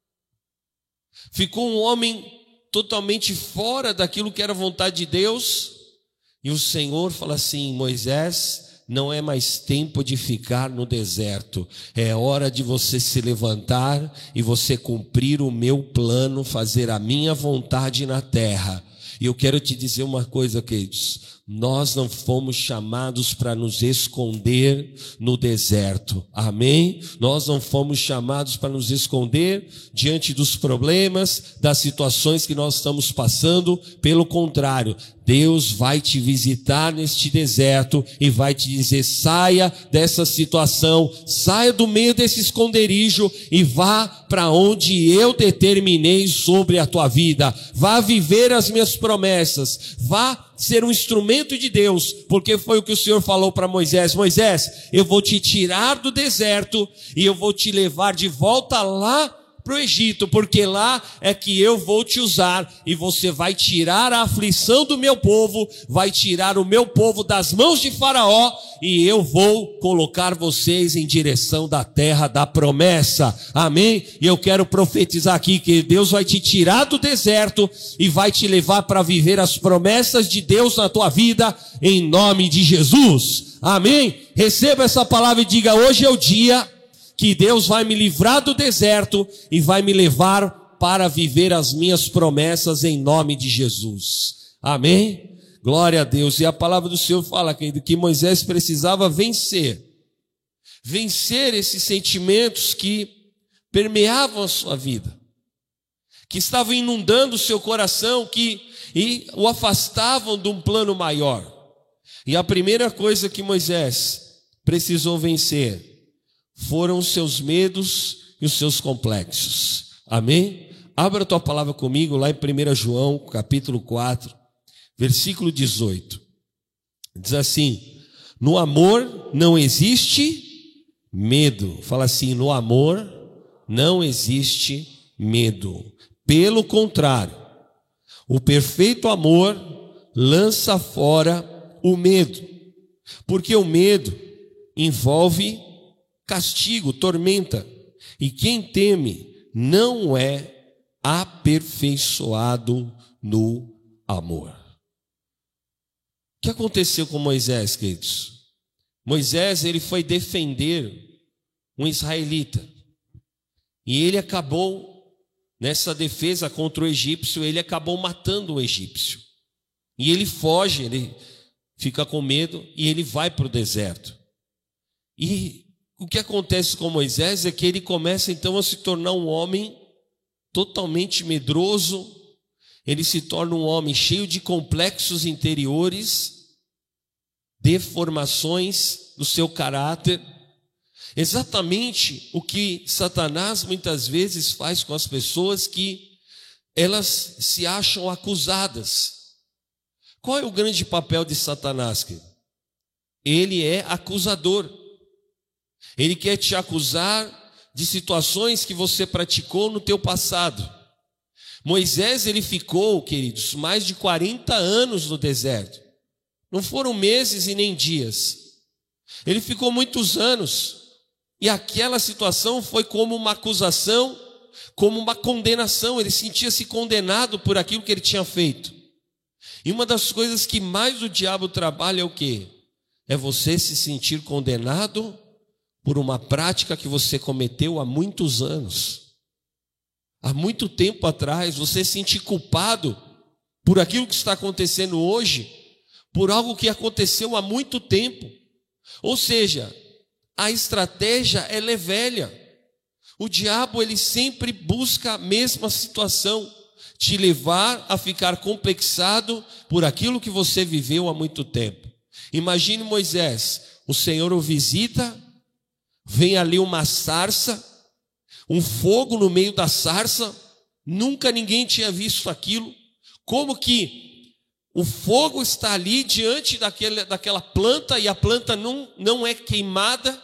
Ficou um homem totalmente fora daquilo que era a vontade de Deus. E o Senhor fala assim: Moisés, não é mais tempo de ficar no deserto. É hora de você se levantar e você cumprir o meu plano, fazer a minha vontade na terra. E eu quero te dizer uma coisa, queridos. Nós não fomos chamados para nos esconder no deserto. Amém? Nós não fomos chamados para nos esconder diante dos problemas, das situações que nós estamos passando. Pelo contrário, Deus vai te visitar neste deserto e vai te dizer: saia dessa situação, saia do meio desse esconderijo e vá para onde eu determinei sobre a tua vida. Vá viver as minhas promessas, vá ser um instrumento de Deus, porque foi o que o Senhor falou para Moisés: Moisés, eu vou te tirar do deserto e eu vou te levar de volta lá para o Egito, porque lá é que eu vou te usar, e você vai tirar a aflição do meu povo, vai tirar o meu povo das mãos de Faraó, e eu vou colocar vocês em direção da terra da promessa. Amém? E eu quero profetizar aqui que Deus vai te tirar do deserto e vai te levar para viver as promessas de Deus na tua vida, em nome de Jesus. Amém? Receba essa palavra e diga: hoje é o dia que Deus vai me livrar do deserto e vai me levar para viver as minhas promessas em nome de Jesus. Amém? Glória a Deus. E a palavra do Senhor fala que Moisés precisava vencer esses sentimentos que permeavam a sua vida, que estavam inundando o seu coração, e o afastavam de um plano maior. E a primeira coisa que Moisés precisou vencer foram os seus medos e os seus complexos. Amém? Abra a tua palavra comigo lá em 1 João, capítulo 4, versículo 18. Diz assim: no amor não existe medo. Fala assim: no amor não existe medo. Pelo contrário, o perfeito amor lança fora o medo, porque o medo envolve castigo, tormenta, e quem teme não é aperfeiçoado no amor. O que aconteceu com Moisés, queridos? Moisés, ele foi defender um israelita, e ele acabou, nessa defesa contra o egípcio, ele acabou matando o egípcio, e ele foge, ele fica com medo, e ele vai para o deserto. E o que acontece com Moisés é que ele começa então a se tornar um homem totalmente medroso, ele se torna um homem cheio de complexos interiores, deformações do seu caráter, exatamente o que Satanás muitas vezes faz com as pessoas que elas se acham acusadas. Qual é o grande papel de Satanás, querido? Ele é acusador. Ele quer te acusar de situações que você praticou no teu passado. Moisés, ele ficou, queridos, mais de 40 anos no deserto. Não foram meses e nem dias. Ele ficou muitos anos. E aquela situação foi como uma acusação, como uma condenação. Ele sentia-se condenado por aquilo que ele tinha feito. E uma das coisas que mais o diabo trabalha é o quê? É você se sentir condenado por uma prática que você cometeu há muitos anos. Há muito tempo atrás, você se sentir culpado por aquilo que está acontecendo hoje, por algo que aconteceu há muito tempo. Ou seja, a estratégia ela é velha. O diabo ele sempre busca a mesma situação, te levar a ficar complexado por aquilo que você viveu há muito tempo. Imagine Moisés, o Senhor o visita, vem ali uma sarça, um fogo no meio da sarça, nunca ninguém tinha visto aquilo. Como que o fogo está ali diante daquela planta e a planta não é queimada?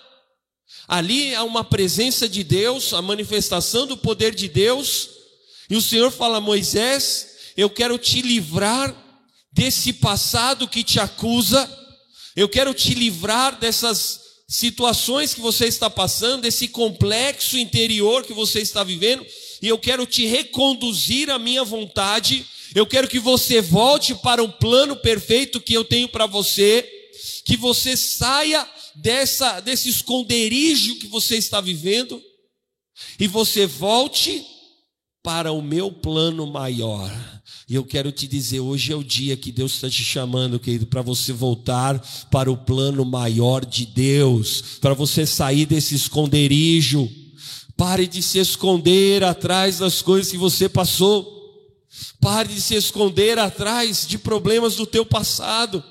Ali há uma presença de Deus, a manifestação do poder de Deus, e o Senhor fala: Moisés, eu quero te livrar desse passado que te acusa, eu quero te livrar dessas situações que você está passando, desse complexo interior que você está vivendo, e eu quero te reconduzir à minha vontade. Eu quero que você volte para um plano perfeito que eu tenho para você, que você saia desse esconderijo que você está vivendo, e você volte para o meu plano maior. E eu quero te dizer, hoje é o dia que Deus está te chamando, querido, para você voltar para o plano maior de Deus, para você sair desse esconderijo. Pare de se esconder atrás das coisas que você passou. Pare de se esconder atrás de problemas do teu passado.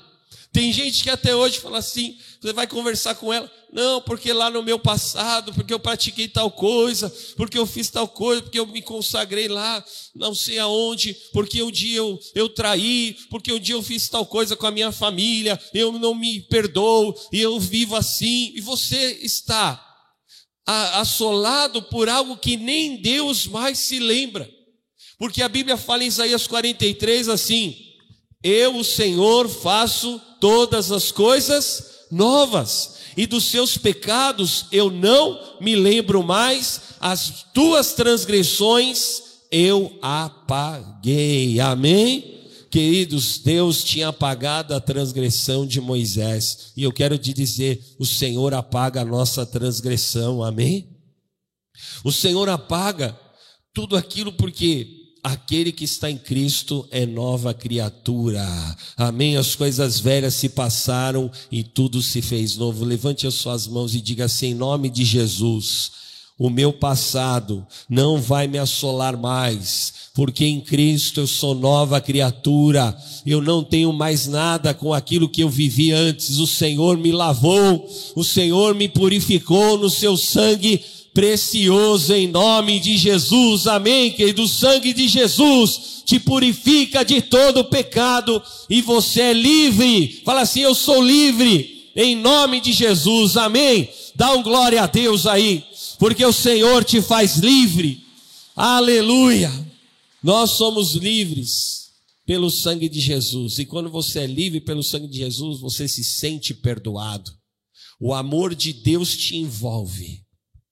Tem gente que até hoje fala assim, você vai conversar com ela, não, porque lá no meu passado, porque eu pratiquei tal coisa, porque eu fiz tal coisa, porque eu me consagrei lá, não sei aonde, porque um dia eu traí, porque um dia eu fiz tal coisa com a minha família, eu não me perdoo, e eu vivo assim, e você está assolado por algo que nem Deus mais se lembra, porque a Bíblia fala em Isaías 43 assim, eu, o Senhor, faço todas as coisas novas, e dos seus pecados eu não me lembro mais, as tuas transgressões eu apaguei. Amém? Queridos, Deus tinha apagado a transgressão de Moisés, e eu quero te dizer, o Senhor apaga a nossa transgressão. Amém? O Senhor apaga tudo aquilo, porque aquele que está em Cristo é nova criatura. Amém? As coisas velhas se passaram e tudo se fez novo. Levante as suas mãos e diga assim, em nome de Jesus, o meu passado não vai me assolar mais, porque em Cristo eu sou nova criatura. Eu não tenho mais nada com aquilo que eu vivi antes. O Senhor me lavou, o Senhor me purificou no seu sangue precioso, em nome de Jesus. Amém, querido? O sangue de Jesus te purifica de todo pecado e você é livre. Fala assim, eu sou livre em nome de Jesus. Amém? Dá um glória a Deus aí, porque o Senhor te faz livre. Aleluia. Nós somos livres pelo sangue de Jesus, e quando você é livre pelo sangue de Jesus, você se sente perdoado. O amor de Deus te envolve.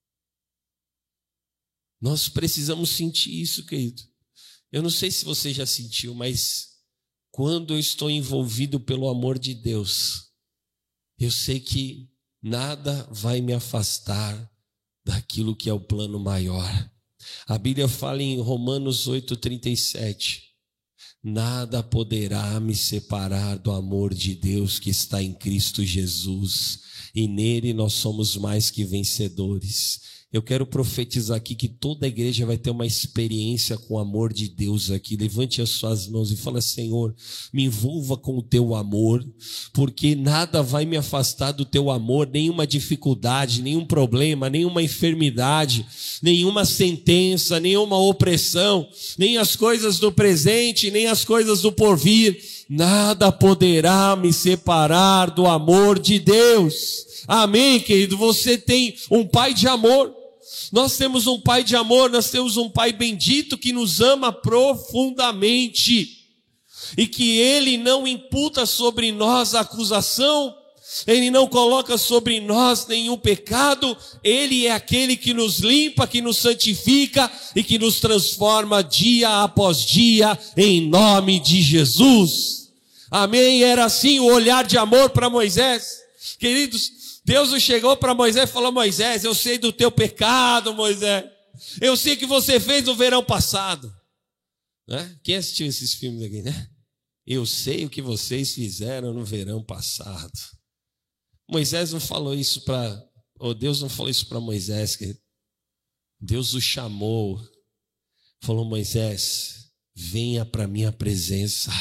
Nós precisamos sentir isso, querido. Eu não sei se você já sentiu, mas quando eu estou envolvido pelo amor de Deus, eu sei que nada vai me afastar daquilo que é o plano maior. A Bíblia fala em Romanos 8:37, nada poderá me separar do amor de Deus que está em Cristo Jesus, e nele nós somos mais que vencedores. Eu quero profetizar aqui que toda a igreja vai ter uma experiência com o amor de Deus aqui. Levante as suas mãos e fala, Senhor, me envolva com o teu amor, porque nada vai me afastar do teu amor, nenhuma dificuldade, nenhum problema, nenhuma enfermidade, nenhuma sentença, nenhuma opressão, nem as coisas do presente, nem as coisas do porvir, nada poderá me separar do amor de Deus. Amém, querido? Você tem um Pai de amor. Nós temos um Pai de amor, nós temos um Pai bendito que nos ama profundamente, e que Ele não imputa sobre nós a acusação, Ele não coloca sobre nós nenhum pecado. Ele é aquele que nos limpa, que nos santifica e que nos transforma dia após dia, em nome de Jesus. Amém? Era assim o olhar de amor para Moisés. Queridos, Deus não chegou para Moisés e falou, Moisés, eu sei do teu pecado, Moisés. Eu sei que você fez no verão passado. Né? Quem assistiu esses filmes aqui, né? Eu sei o que vocês fizeram no verão passado. Moisés não falou isso Deus não falou isso para Moisés, querido. Deus o chamou, falou, Moisés, venha para a minha presença,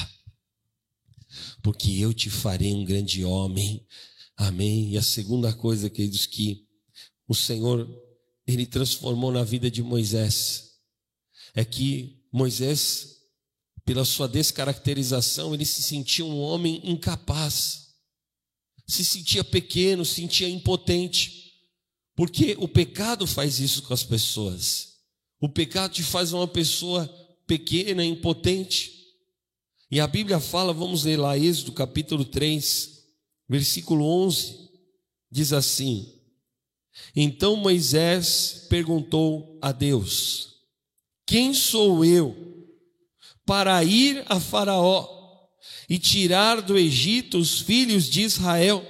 porque eu te farei um grande homem. Amém? E a segunda coisa, queridos, que o Senhor, Ele transformou na vida de Moisés, é que Moisés, pela sua descaracterização, ele se sentia um homem incapaz, se sentia pequeno, se sentia impotente, porque o pecado faz isso com as pessoas. O pecado te faz uma pessoa pequena, impotente. E a Bíblia fala, vamos ler lá, Êxodo capítulo 3, versículo 11, diz assim, então Moisés perguntou a Deus, quem sou eu para ir a Faraó e tirar do Egito os filhos de Israel?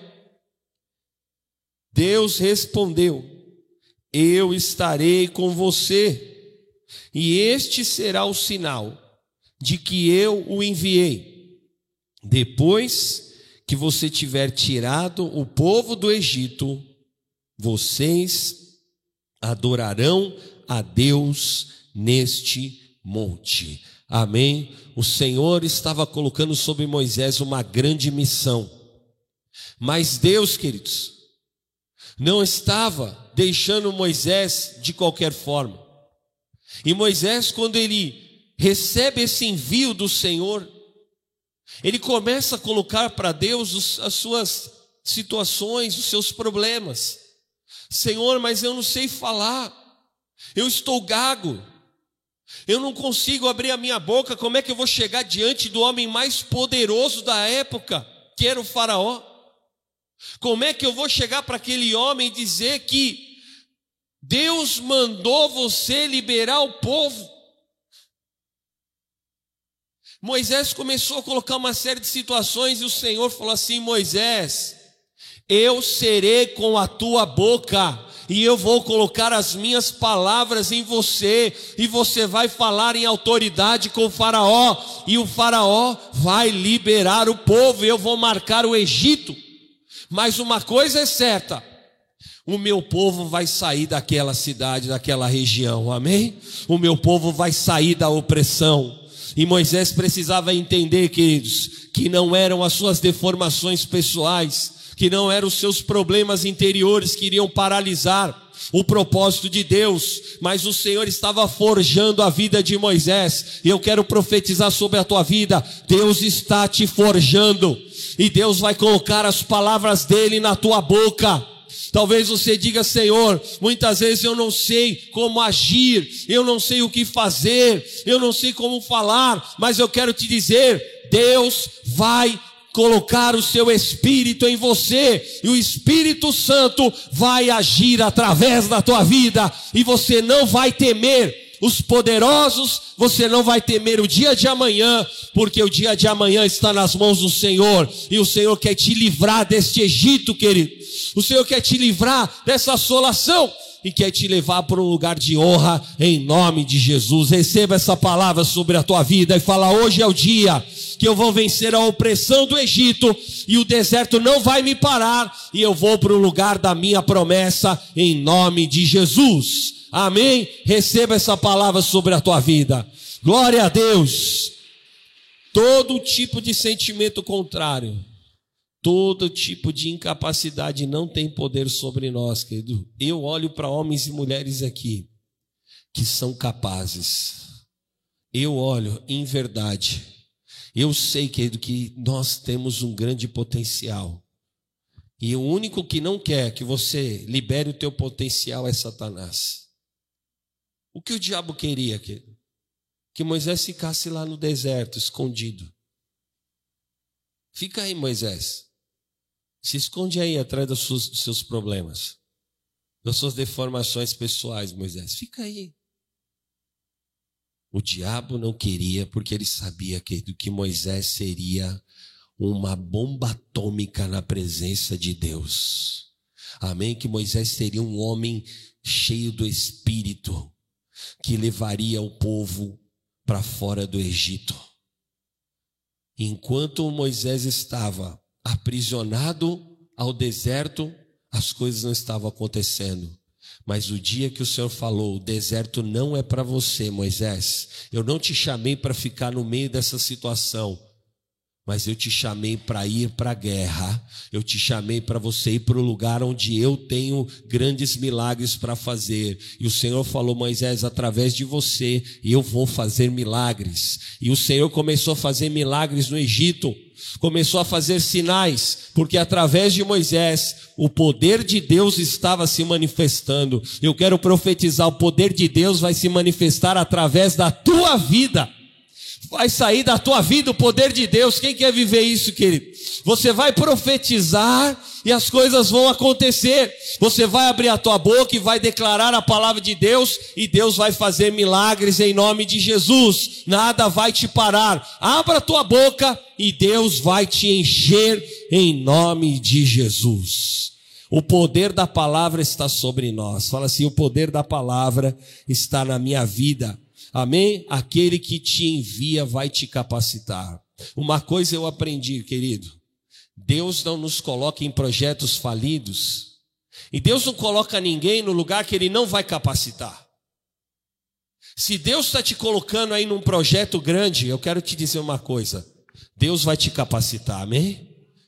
Deus respondeu, eu estarei com você, e este será o sinal de que eu o enviei. Depois que você tiver tirado o povo do Egito, vocês adorarão a Deus neste monte. Amém? O Senhor estava colocando sobre Moisés uma grande missão. Mas Deus, queridos, não estava deixando Moisés de qualquer forma. E Moisés, quando ele recebe esse envio do Senhor, ele começa a colocar para Deus as suas situações, os seus problemas. Senhor, mas eu não sei falar, eu estou gago, eu não consigo abrir a minha boca, como é que eu vou chegar diante do homem mais poderoso da época, que era o faraó? Como é que eu vou chegar para aquele homem e dizer que Deus mandou você liberar o povo? Moisés começou a colocar uma série de situações e o Senhor falou assim: Moisés, eu serei com a tua boca e eu vou colocar as minhas palavras em você, e você vai falar em autoridade com o faraó, e o faraó vai liberar o povo, e eu vou marcar o Egito. Mas uma coisa é certa: o meu povo vai sair daquela cidade, daquela região, amém? O meu povo vai sair da opressão. E Moisés precisava entender, queridos, que não eram as suas deformações pessoais, que não eram os seus problemas interiores que iriam paralisar o propósito de Deus, mas o Senhor estava forjando a vida de Moisés. E eu quero profetizar sobre a tua vida: Deus está te forjando, e Deus vai colocar as palavras dele na tua boca. Talvez você diga: Senhor, muitas vezes eu não sei como agir, eu não sei o que fazer, eu não sei como falar, mas eu quero te dizer: Deus vai colocar o seu Espírito em você, e o Espírito Santo vai agir através da tua vida, e você não vai temer os poderosos, você não vai temer o dia de amanhã, porque o dia de amanhã está nas mãos do Senhor, e o Senhor quer te livrar deste Egito, querido. O Senhor quer te livrar dessa assolação e quer te levar para um lugar de honra, em nome de Jesus. Receba essa palavra sobre a tua vida e fala: hoje é o dia que eu vou vencer a opressão do Egito, e o deserto não vai me parar, e eu vou para o lugar da minha promessa, em nome de Jesus. Amém? Receba essa palavra sobre a tua vida. Glória a Deus. Todo tipo de sentimento contrário, todo tipo de incapacidade não tem poder sobre nós, querido. Eu olho para homens e mulheres aqui que são capazes. Eu olho em verdade. Eu sei, querido, que nós temos um grande potencial. E o único que não quer que você libere o teu potencial é Satanás. O que o diabo queria, querido? Que Moisés ficasse lá no deserto, escondido. Fica aí, Moisés. Se esconde aí atrás dos seus problemas, das suas deformações pessoais, Moisés. Fica aí. O diabo não queria, porque ele sabia que Moisés seria uma bomba atômica na presença de Deus. Amém? Que Moisés seria um homem cheio do Espírito, que levaria o povo para fora do Egito. Enquanto Moisés estava aprisionado ao deserto, as coisas não estavam acontecendo. Mas o dia que o Senhor falou: o deserto não é para você, Moisés, eu não te chamei para ficar no meio dessa situação, mas eu te chamei para ir para a guerra, eu te chamei para você ir para o lugar onde eu tenho grandes milagres para fazer. E o Senhor falou: Moisés, através de você eu vou fazer milagres. E o Senhor começou a fazer milagres no Egito, começou a fazer sinais, porque através de Moisés o poder de Deus estava se manifestando. Eu quero profetizar: o poder de Deus vai se manifestar através da tua vida. Vai sair da tua vida o poder de Deus. Quem quer viver isso, querido? Você vai profetizar e as coisas vão acontecer. Você vai abrir a tua boca e vai declarar a palavra de Deus, e Deus vai fazer milagres em nome de Jesus. Nada vai te parar. Abra a tua boca e Deus vai te encher em nome de Jesus. O poder da palavra está sobre nós. Fala assim: o poder da palavra está na minha vida. Amém? Aquele que te envia vai te capacitar. Uma coisa eu aprendi, querido: Deus não nos coloca em projetos falidos, e Deus não coloca ninguém no lugar que Ele não vai capacitar. Se Deus está te colocando aí num projeto grande, eu quero te dizer uma coisa: Deus vai te capacitar, amém?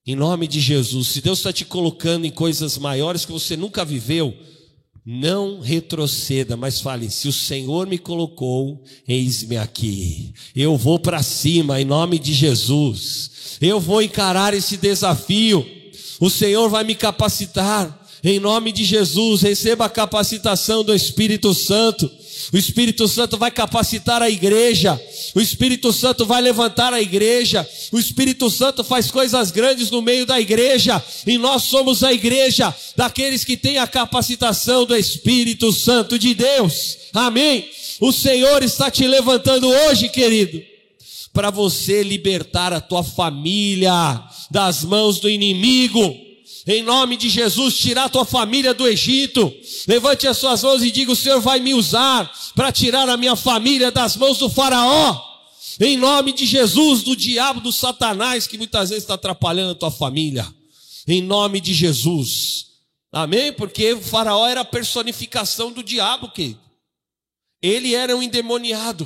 Em nome de Jesus, se Deus está te colocando em coisas maiores que você nunca viveu, não retroceda, mas fale: se o Senhor me colocou, eis-me aqui. Eu vou para cima em nome de Jesus. Eu vou encarar esse desafio. O Senhor vai me capacitar em nome de Jesus. Receba a capacitação do Espírito Santo. O Espírito Santo vai capacitar a igreja. O Espírito Santo vai levantar a igreja. O Espírito Santo faz coisas grandes no meio da igreja. E nós somos a igreja daqueles que têm a capacitação do Espírito Santo de Deus. Amém? O Senhor está te levantando hoje, querido, para você libertar a tua família das mãos do inimigo. Em nome de Jesus, tirar a tua família do Egito. Levante as suas mãos e diga: o Senhor vai me usar para tirar a minha família das mãos do faraó. Em nome de Jesus, do diabo, do Satanás, que muitas vezes está atrapalhando a tua família. Em nome de Jesus. Amém? Porque o faraó era a personificação do diabo, querido. Ele era um endemoniado.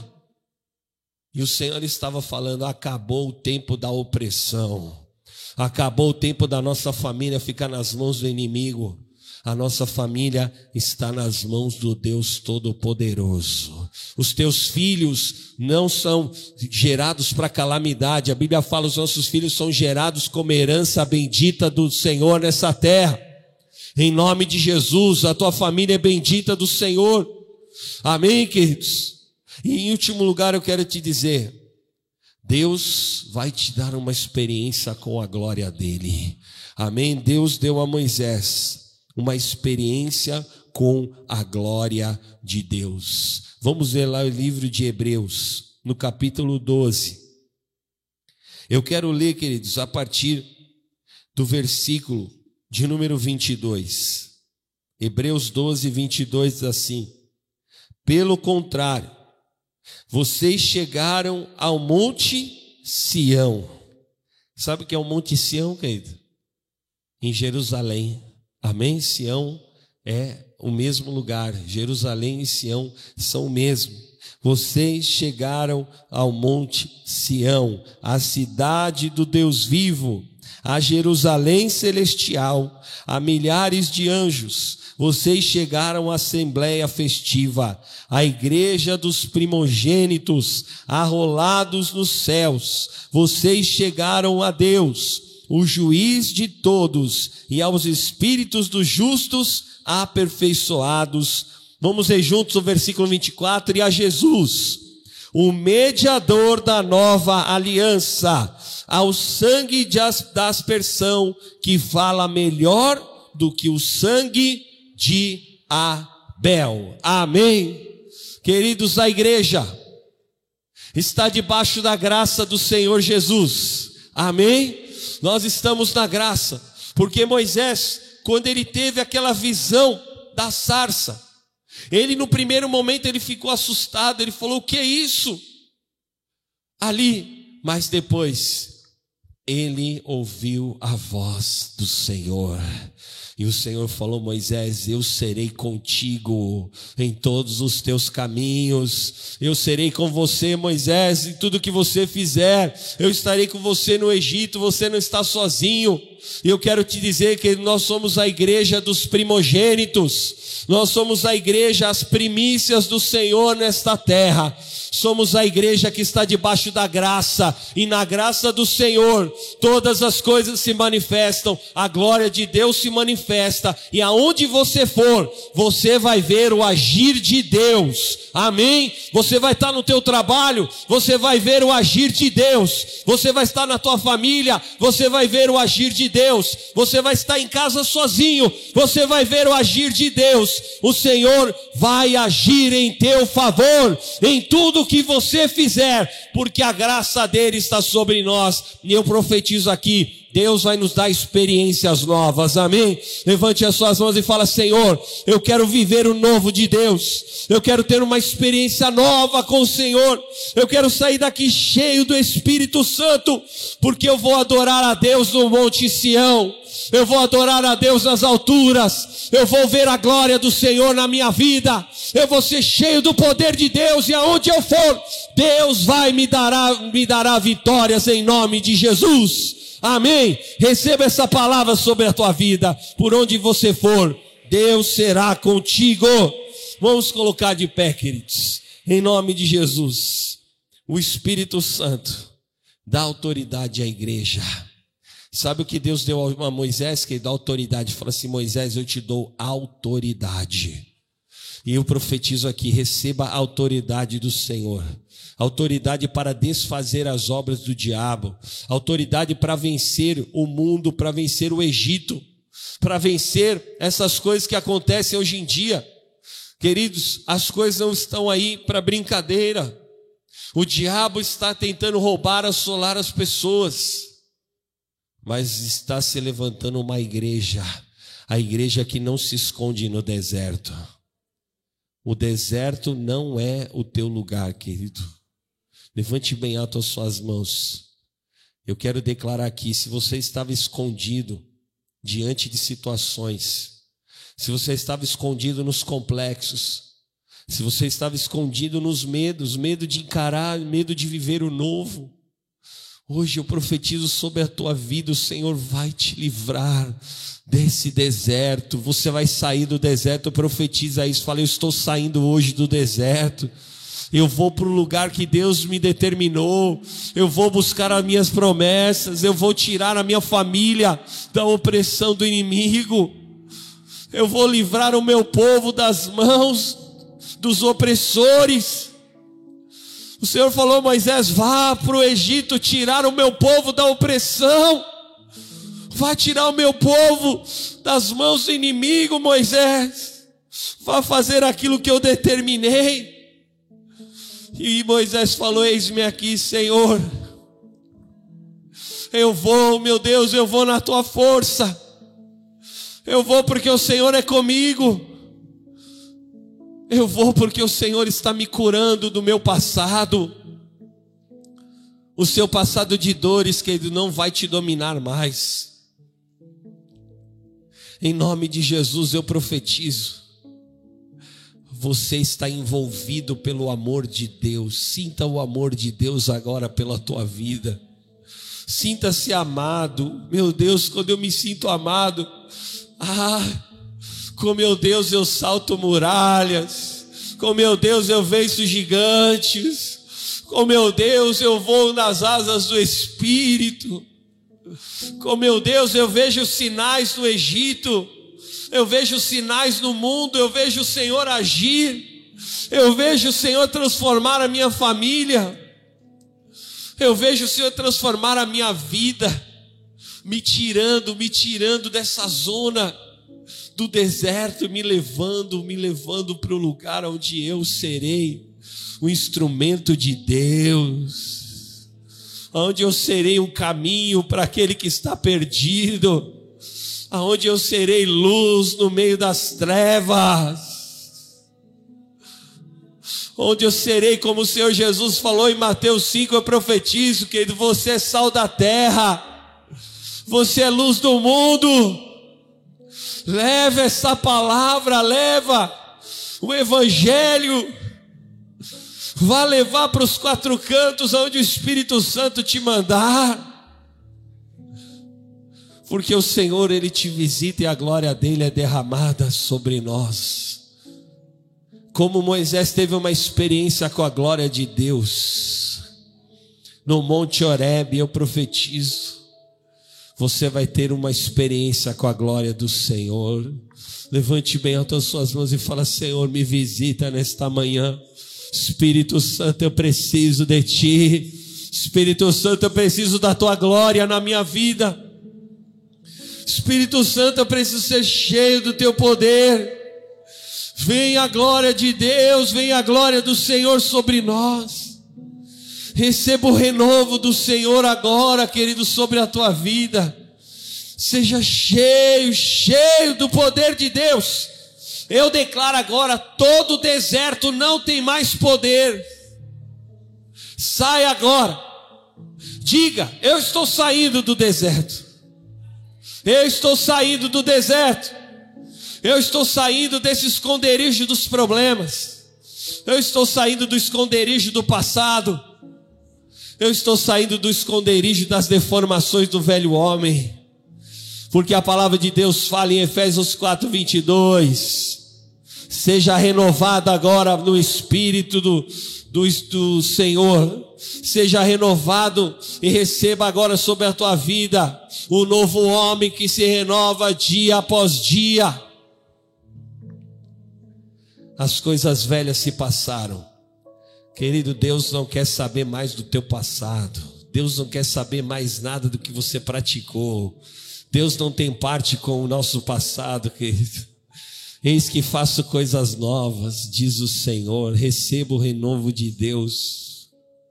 E o Senhor estava falando: acabou o tempo da opressão. Acabou o tempo da nossa família ficar nas mãos do inimigo. A nossa família está nas mãos do Deus Todo-Poderoso. Os teus filhos não são gerados para calamidade. A Bíblia fala: os nossos filhos são gerados como herança bendita do Senhor nessa terra. Em nome de Jesus, a tua família é bendita do Senhor. Amém, queridos? E em último lugar eu quero te dizer: Deus vai te dar uma experiência com a glória dele. Amém? Deus deu a Moisés uma experiência com a glória de Deus. Vamos ver lá o livro de Hebreus, no capítulo 12. Eu quero ler, queridos, a partir do versículo de número 22. Hebreus 12, 22 diz assim: pelo contrário, vocês chegaram ao Monte Sião. Sabe o que é o Monte Sião, querido? Em Jerusalém. Amém? Sião é o mesmo lugar. Jerusalém e Sião são o mesmo. Vocês chegaram ao Monte Sião, a cidade do Deus vivo, a Jerusalém celestial, a milhares de anjos. Vocês chegaram à assembleia festiva, à igreja dos primogênitos, arrolados nos céus. Vocês chegaram a Deus, o juiz de todos, e aos espíritos dos justos aperfeiçoados. Vamos ler juntos o versículo 24. E a Jesus, o mediador da nova aliança, ao sangue da aspersão, que fala melhor do que o sangue de Abel. Amém? Queridos, a igreja está debaixo da graça do Senhor Jesus. Amém? Nós estamos na graça, porque Moisés, quando ele teve aquela visão da sarça, ele no primeiro momento ele ficou assustado, ele falou: o que é isso? Ali, mas depois ele ouviu a voz do Senhor. E o Senhor falou: Moisés, eu serei contigo em todos os teus caminhos. Eu serei com você, Moisés, em tudo que você fizer. Eu estarei com você no Egito, você não está sozinho. E eu quero te dizer que nós somos a igreja dos primogênitos. Nós somos a igreja, as primícias do Senhor nesta terra. Somos a igreja que está debaixo da graça, e na graça do Senhor todas as coisas se manifestam, a glória de Deus se manifesta, e aonde você for, você vai ver o agir de Deus. Amém? Você vai estar no teu trabalho, você vai ver o agir de Deus. Você vai estar na tua família, você vai ver o agir de Deus. Você vai estar em casa sozinho, você vai ver o agir de Deus. O Senhor vai agir em teu favor, em tudo que você fizer, porque a graça dele está sobre nós. E eu profetizo aqui: Deus vai nos dar experiências novas. Amém? Levante as suas mãos e fala: Senhor, eu quero viver o novo de Deus. Eu quero ter uma experiência nova com o Senhor. Eu quero sair daqui cheio do Espírito Santo, porque eu vou adorar a Deus no Monte Sião. Eu vou adorar a Deus nas alturas. Eu vou ver a glória do Senhor na minha vida. Eu vou ser cheio do poder de Deus, e aonde eu for, Deus vai me dará vitórias em nome de Jesus. Amém? Receba essa palavra sobre a tua vida. Por onde você for, Deus será contigo. Vamos colocar de pé, queridos. Em nome de Jesus. O Espírito Santo dá autoridade à igreja. Sabe o que Deus deu a Moisés? Que ele dá autoridade. Fala assim: Moisés, eu te dou autoridade. E eu profetizo aqui: receba a autoridade do Senhor. Autoridade para desfazer as obras do diabo. Autoridade para vencer o mundo, para vencer o Egito, para vencer essas coisas que acontecem hoje em dia. Queridos, as coisas não estão aí para brincadeira. O diabo está tentando roubar, assolar as pessoas. Mas está se levantando uma igreja. A igreja que não se esconde no deserto. O deserto não é o teu lugar, querido. Levante bem alto as suas mãos. Eu quero declarar aqui: se você estava escondido diante de situações, se você estava escondido nos complexos, se você estava escondido nos medos, medo de encarar, medo de viver o novo, hoje eu profetizo sobre a tua vida: o Senhor vai te livrar desse deserto. Você vai sair do deserto. Profetiza isso, fala: eu estou saindo hoje do deserto. Eu vou para o lugar que Deus me determinou. Eu vou buscar as minhas promessas. Eu vou tirar a minha família da opressão do inimigo. Eu vou livrar o meu povo das mãos dos opressores. O Senhor falou: Moisés, vá para o Egito tirar o meu povo da opressão. Vá tirar o meu povo das mãos do inimigo, Moisés. Vá fazer aquilo que eu determinei. E Moisés falou: eis-me aqui, Senhor. Eu vou, meu Deus, eu vou na tua força. Eu vou porque o Senhor é comigo. Eu vou porque o Senhor está me curando do meu passado. O seu passado de dores, querido, não vai te dominar mais. Em nome de Jesus eu profetizo: você está envolvido pelo amor de Deus. Sinta o amor de Deus agora pela tua vida. Sinta-se amado. Meu Deus, quando eu me sinto amado, com meu Deus eu salto muralhas. Com meu Deus eu venço gigantes. Com meu Deus eu vou nas asas do Espírito. Com meu Deus eu vejo sinais no Egito. Eu vejo sinais no mundo. Eu vejo o Senhor agir. Eu vejo o Senhor transformar a minha família. Eu vejo o Senhor transformar a minha vida, me tirando dessa zona do deserto, me levando para o lugar onde eu serei o instrumento de Deus, onde eu serei um caminho para aquele que está perdido, aonde eu serei luz no meio das trevas, onde eu serei, como o Senhor Jesus falou em Mateus 5, eu profetizo, querido, você é sal da terra, você é luz do mundo. Leva essa palavra, leva o evangelho, vá levar para os quatro cantos onde o Espírito Santo te mandar, porque o Senhor, Ele te visita e a glória dEle é derramada sobre nós. Como Moisés teve uma experiência com a glória de Deus no Monte Horebe, eu profetizo, você vai ter uma experiência com a glória do Senhor. Levante bem alto as suas mãos e fala: Senhor, me visita nesta manhã. Espírito Santo, eu preciso de Ti. Espírito Santo, eu preciso da Tua glória na minha vida. Espírito Santo, eu preciso ser cheio do Teu poder. Vem a glória de Deus, vem a glória do Senhor sobre nós. Receba o renovo do Senhor agora, querido, sobre a tua vida. Seja cheio do poder de Deus. Eu declaro agora: todo deserto não tem mais poder. Sai agora. Diga: eu estou saindo do deserto. Eu estou saindo do deserto. Eu estou saindo desse esconderijo dos problemas. Eu estou saindo do esconderijo do passado. Eu estou saindo do esconderijo das deformações do velho homem, porque a palavra de Deus fala em Efésios 4:22, seja renovado agora no Espírito do Senhor, seja renovado e receba agora sobre a tua vida o novo homem que se renova dia após dia. As coisas velhas se passaram. Querido, Deus não quer saber mais do teu passado. Deus não quer saber mais nada do que você praticou. Deus não tem parte com o nosso passado, querido. Eis que faço coisas novas, diz o Senhor. Receba o renovo de Deus.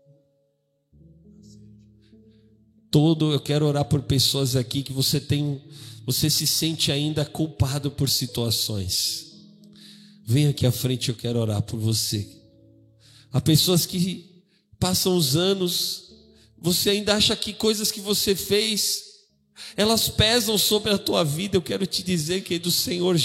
Eu quero orar por pessoas aqui que você se sente ainda culpado por situações. Vem aqui à frente, eu quero orar por você. Há pessoas que passam os anos, você ainda acha que coisas que você fez, elas pesam sobre a tua vida. Eu quero te dizer que o Senhor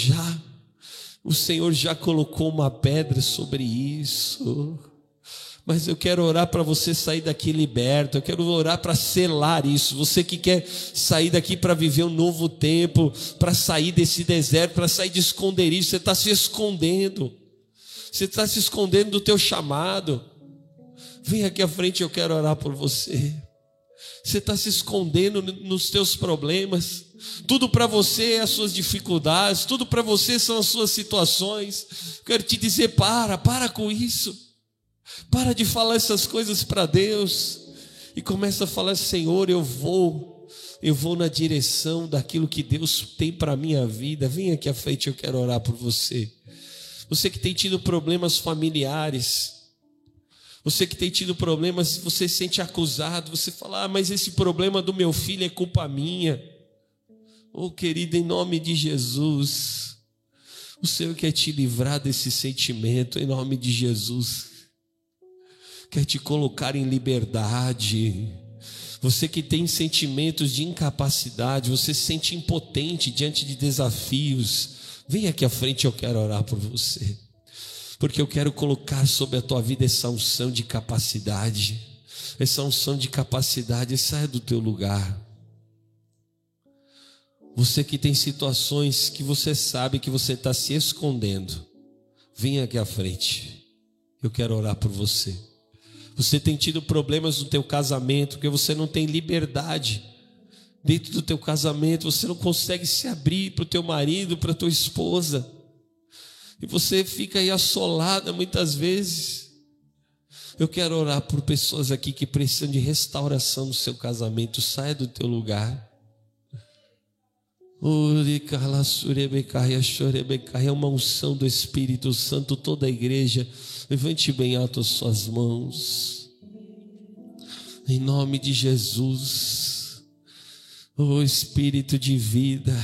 já colocou uma pedra sobre isso. Mas eu quero orar para você sair daqui liberto. Eu quero orar para selar isso. Você que quer sair daqui para viver um novo tempo, para sair desse deserto, para sair de esconderijo. Você está se escondendo. Você está se escondendo do teu chamado. Vem aqui à frente, eu quero orar por você. Você está se escondendo nos teus problemas. Tudo para você é as suas dificuldades. Tudo para você são as suas situações. Quero te dizer, para com isso. Para de falar essas coisas para Deus. E começa a falar, Senhor, eu vou na direção daquilo que Deus tem para a minha vida. Vem aqui à frente, eu quero orar por você. Você que tem tido problemas familiares, você que tem tido problemas, você se sente acusado, você fala, mas esse problema do meu filho é culpa minha. Oh, querido, em nome de Jesus, o Senhor quer te livrar desse sentimento, em nome de Jesus. Quer te colocar em liberdade. Você que tem sentimentos de incapacidade, você se sente impotente diante de desafios, vem aqui à frente, eu quero orar por você. Porque eu quero colocar sobre a tua vida essa unção de capacidade. Essa unção de capacidade, saia do teu lugar. Você que tem situações que você sabe que você está se escondendo, vem aqui à frente, eu quero orar por você. Você tem tido problemas no teu casamento, porque você não tem liberdade dentro do teu casamento, você não consegue se abrir para o teu marido, para a tua esposa, e você fica aí assolada muitas vezes. Eu quero orar por pessoas aqui que precisam de restauração no seu casamento. Saia do teu lugar. É uma unção do Espírito Santo. Toda a igreja, levante bem alto as suas mãos, em nome de Jesus. Oh Espírito de vida,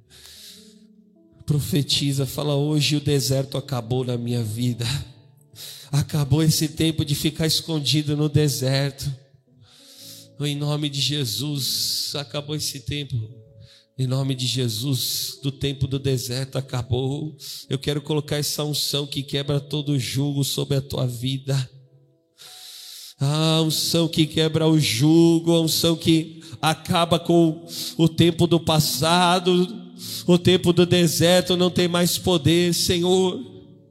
profetiza, fala, hoje o deserto acabou na minha vida. Acabou esse tempo de ficar escondido no deserto. Oh, em nome de Jesus, acabou esse tempo. Em nome de Jesus, do tempo do deserto acabou. Eu quero colocar essa unção que quebra todo jugo sobre a tua vida. A unção que quebra o jugo, a unção que acaba com o tempo do passado. O tempo do deserto não tem mais poder, Senhor.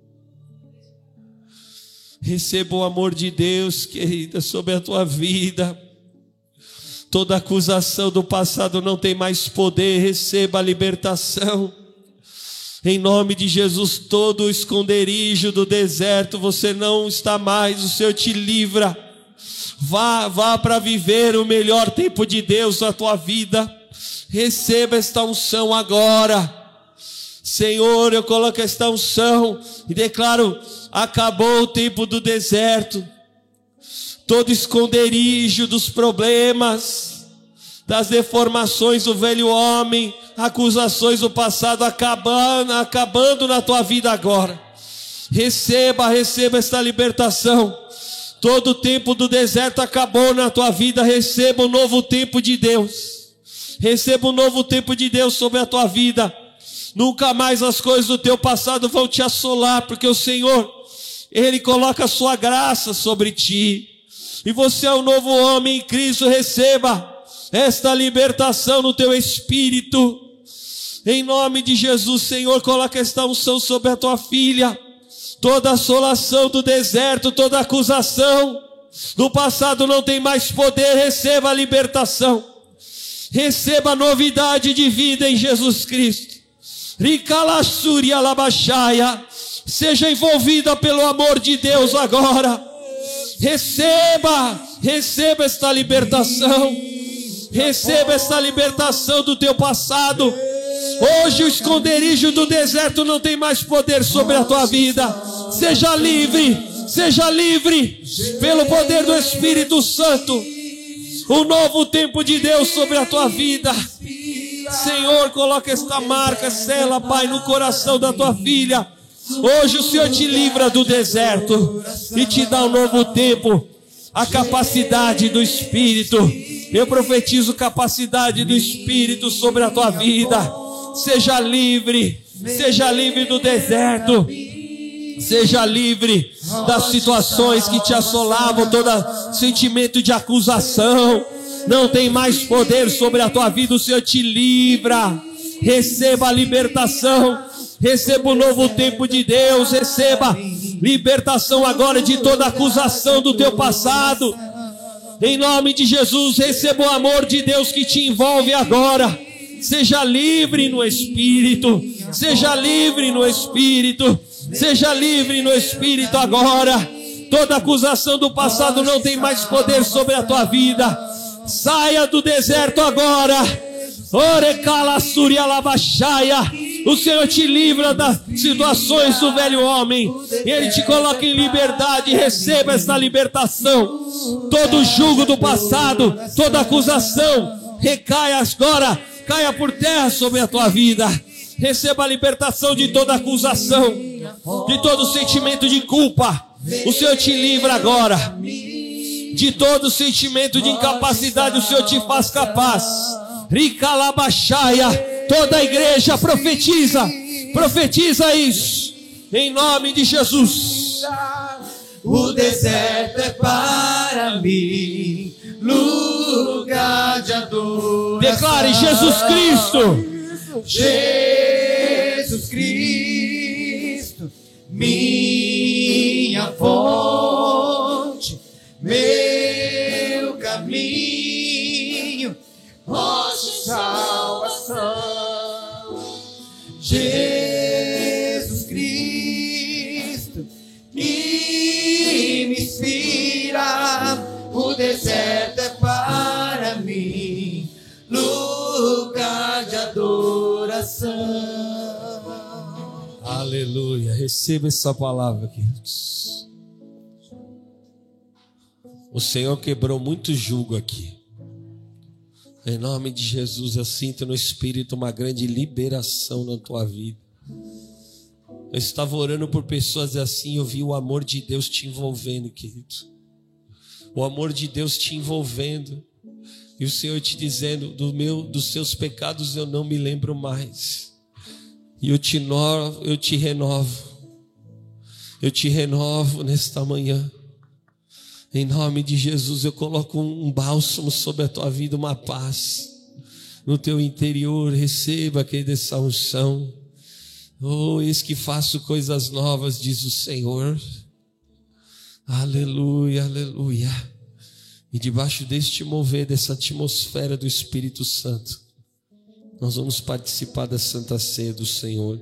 Receba o amor de Deus, querida, sobre a tua vida. Toda acusação do passado não tem mais poder. Receba a libertação. Em nome de Jesus, todo o esconderijo do deserto, você não está mais, o Senhor te livra. Vá para viver o melhor tempo de Deus na tua vida. Receba esta unção agora. Senhor, eu coloco esta unção e declaro, acabou o tempo do deserto. Todo esconderijo dos problemas, das deformações do velho homem, acusações do passado acabando na tua vida agora. Receba esta libertação. Todo o tempo do deserto acabou na tua vida. Receba um novo tempo de Deus. Receba um novo tempo de Deus sobre a tua vida. Nunca mais as coisas do teu passado vão te assolar, porque o Senhor, Ele coloca a sua graça sobre ti. e você é um novo homem em Cristo. Receba esta libertação no teu espírito, em nome de Jesus. Senhor, coloca esta unção sobre a tua filha. Toda assolação do deserto, toda acusação do passado não tem mais poder. Receba a libertação, receba a novidade de vida em Jesus Cristo. Ricalassuri alabaxaia, seja envolvida pelo amor de Deus agora. Receba esta libertação, receba esta libertação do teu passado. Hoje o esconderijo do deserto não tem mais poder sobre a tua vida. Seja livre pelo poder do Espírito Santo. Um novo tempo de Deus sobre a tua vida. Senhor, coloca esta marca, sela, Pai, no coração da tua filha. Hoje o Senhor te livra do deserto e te dá um novo tempo. A capacidade do Espírito, eu profetizo capacidade do Espírito sobre a tua vida. Seja livre do deserto. Seja livre das situações que te assolavam, todo sentimento de acusação não tem mais poder sobre a tua vida. O Senhor te livra. Receba a libertação, receba o novo tempo de Deus, receba libertação agora de toda acusação do teu passado. Em nome de Jesus, receba o amor de Deus que te envolve agora. Seja livre no Espírito, seja livre no Espírito, seja livre no Espírito agora. Toda acusação do passado não tem mais poder sobre a tua vida. Saia do deserto agora. O Senhor te livra das situações do velho homem, e Ele te coloca em liberdade. Receba esta libertação. Todo jugo do passado, toda acusação, recaia agora, caia por terra sobre a tua vida. Receba a libertação de toda acusação, de todo sentimento de culpa. O Senhor te livra agora. De todo sentimento de incapacidade, o Senhor te faz capaz. Ricalabaxaia, toda a igreja profetiza isso, em nome de Jesus. O deserto é para mim lugar de adoração. Declare: Jesus Cristo, Jesus Cristo, minha fonte, meu caminho, rocha e salvação. Jesus Cristo, que me inspira. O deserto é para mim lugar de adoração. aleluia. Receba essa palavra, queridos. O Senhor quebrou muito jugo aqui. Em nome de Jesus, eu sinto no Espírito uma grande liberação na tua vida. Eu estava orando por pessoas assim, eu vi o amor de Deus te envolvendo, querido. O amor de Deus te envolvendo. E o Senhor te dizendo: dos seus pecados eu não me lembro mais. E eu te renovo. Eu te renovo nesta manhã. Em nome de Jesus, eu coloco um bálsamo sobre a tua vida, uma paz no teu interior. Receba, querida, essa unção. Oh, eis que faço coisas novas, diz o Senhor. Aleluia, aleluia. E debaixo deste mover, dessa atmosfera do Espírito Santo, nós vamos participar da Santa Ceia do Senhor.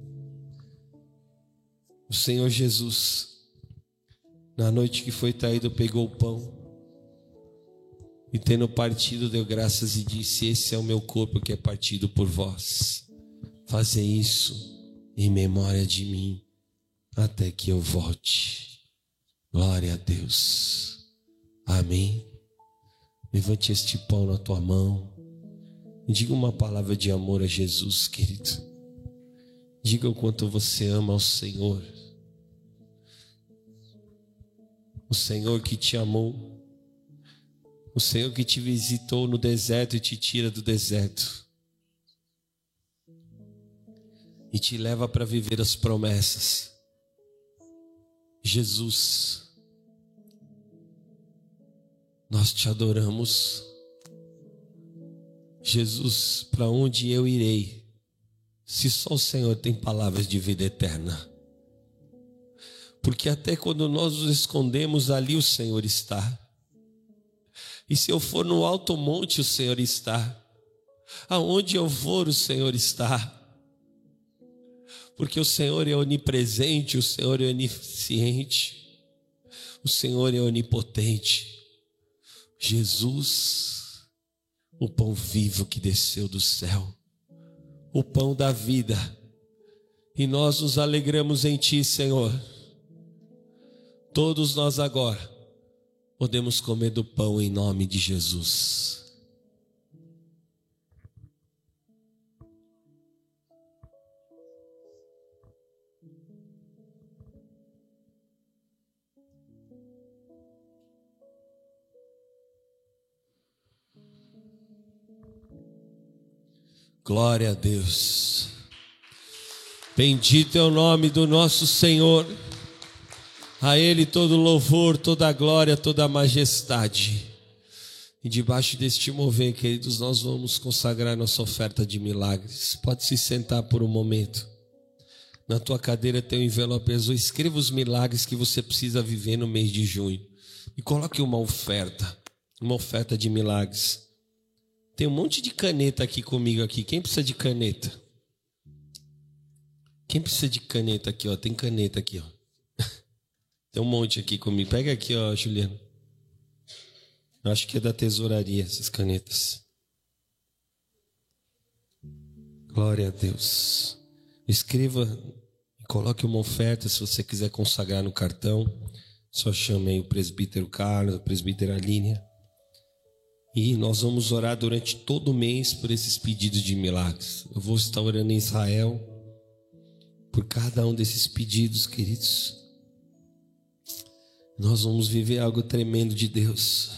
O Senhor Jesus, na noite que foi traído, pegou o pão e, tendo partido, deu graças e disse: esse é o meu corpo que é partido por vós. Fazei isso em memória de mim, até que eu volte. Glória a Deus. Amém. Levante este pão na tua mão e diga uma palavra de amor a Jesus, querido. Diga o quanto você ama ao Senhor. O Senhor que te amou, o Senhor que te visitou no deserto e te tira do deserto e te leva para viver as promessas. Jesus, Nós te adoramos. Jesus, para onde eu irei, se só o Senhor tem palavras de vida eterna? Porque até quando nós nos escondemos, ali o Senhor está. E se eu for no alto monte, o Senhor está. Aonde eu for, o Senhor está. Porque o Senhor é onipresente, o Senhor é onisciente, o Senhor é onipotente. Jesus, o pão vivo que desceu do céu, o pão da vida. E nós nos alegramos em Ti, Senhor. Todos nós agora podemos comer do pão em nome de Jesus. Glória a Deus. Bendito é o nome do nosso Senhor. A Ele todo louvor, toda a glória, toda a majestade. E debaixo deste mover, queridos, nós vamos consagrar nossa oferta de milagres. Pode se sentar por um momento. Na tua cadeira tem um envelope azul. Escreva os milagres que você precisa viver no mês de junho. E coloque uma oferta de milagres. Tem um monte de caneta aqui comigo aqui. Quem precisa de caneta? Quem precisa de caneta aqui, ó? Tem caneta aqui, ó. Tem um monte aqui comigo. Pega aqui, ó, Juliano. Acho que é da tesouraria essas canetas. Glória a Deus. Escreva e coloque uma oferta se você quiser consagrar no cartão. Só chame aí o presbítero Carlos, a presbítera Línia. E nós vamos orar durante todo o mês por esses pedidos de milagres. Eu vou estar orando em Israel por cada um desses pedidos, queridos. Nós vamos viver algo tremendo de Deus.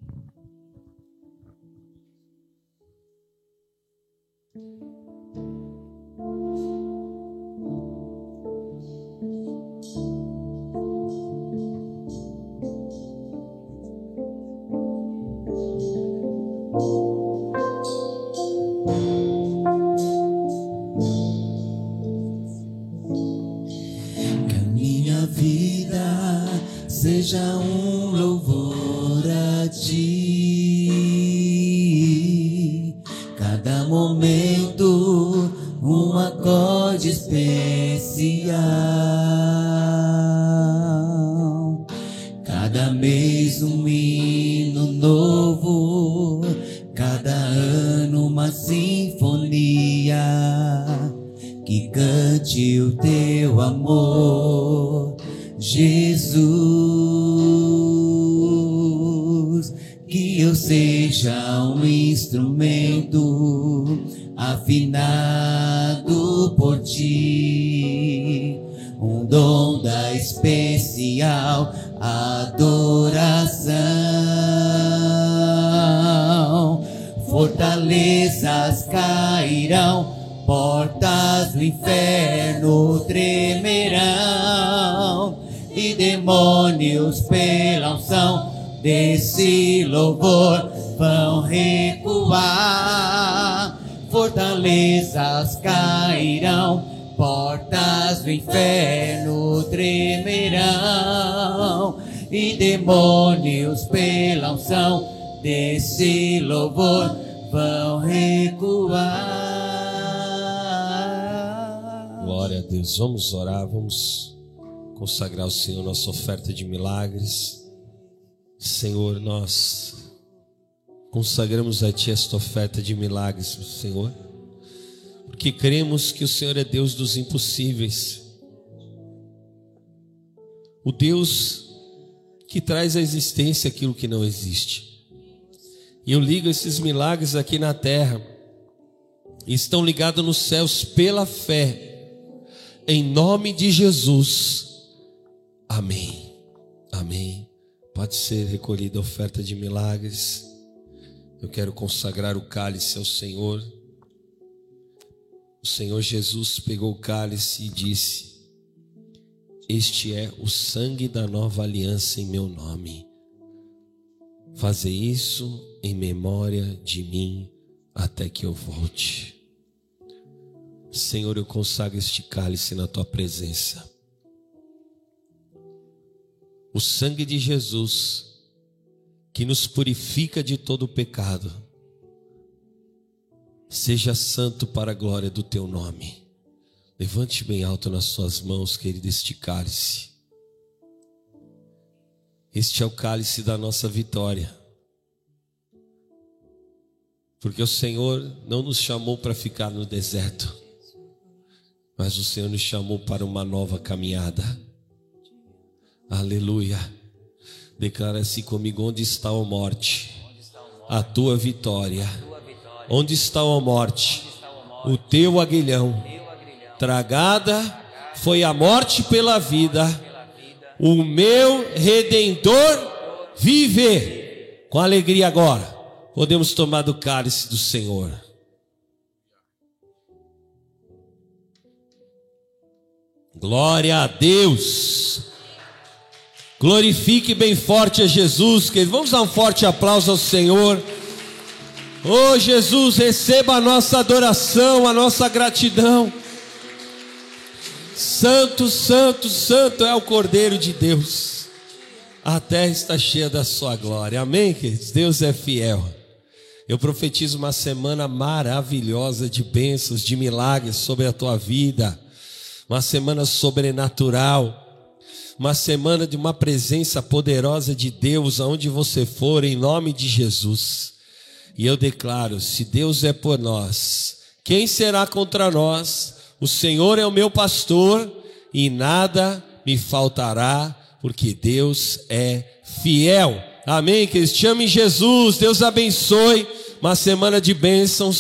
Seja um louvor a Ti, cada momento um acorde especial, cada mês um hino novo, cada ano uma sinfonia que cante o Teu amor, Jesus, que eu seja um instrumento afinado por Ti, um dom da especial adoração. Fortalezas cairão, portas do inferno tremerão, e demônios pela unção desse louvor vão recuar. Fortalezas cairão, portas do inferno tremerão, e demônios pela unção desse louvor vão recuar. Glória a Deus. Vamos orar, vamos consagrar ao Senhor nossa oferta de milagres. Senhor, nós consagramos a Ti esta oferta de milagres, Senhor, porque cremos que o Senhor é Deus dos impossíveis, o Deus que traz à existência aquilo que não existe. E eu ligo esses milagres aqui na terra, e estão ligados nos céus pela fé, em nome de Jesus. Amém, amém. Pode ser recolhida a oferta de milagres. Eu quero consagrar o cálice ao Senhor. O Senhor Jesus pegou o cálice e disse: este é o sangue da nova aliança em meu nome. Fazer isso em memória de mim até que eu volte. Senhor, eu consagro este cálice na tua presença. O sangue de Jesus, que nos purifica de todo o pecado, seja santo para a glória do teu nome. Levante bem alto nas suas mãos, querido, este cálice. Este é o cálice da nossa vitória. Porque o Senhor não nos chamou para ficar no deserto, mas o Senhor nos chamou para uma nova caminhada. Aleluia. Declara-se comigo: onde está a morte? A tua vitória. Onde está a morte? O teu aguilhão. Tragada foi a morte pela vida. O meu Redentor vive. Com alegria agora, podemos tomar do cálice do Senhor. Glória a Deus. Glorifique bem forte a Jesus, querido. Vamos dar um forte aplauso ao Senhor. Oh Jesus, receba a nossa adoração, a nossa gratidão. Santo, santo, santo é o Cordeiro de Deus. A terra está cheia da sua glória. Amém, queridos? Deus é fiel. Eu profetizo uma semana maravilhosa de bênçãos, de milagres sobre a tua vida. Uma semana sobrenatural. Uma semana de uma presença poderosa de Deus aonde você for, em nome de Jesus. E eu declaro: se Deus é por nós, quem será contra nós? O Senhor é o meu pastor e nada me faltará, porque Deus é fiel. Amém, queridos? Te ame Jesus. Deus abençoe. Uma semana de bênçãos.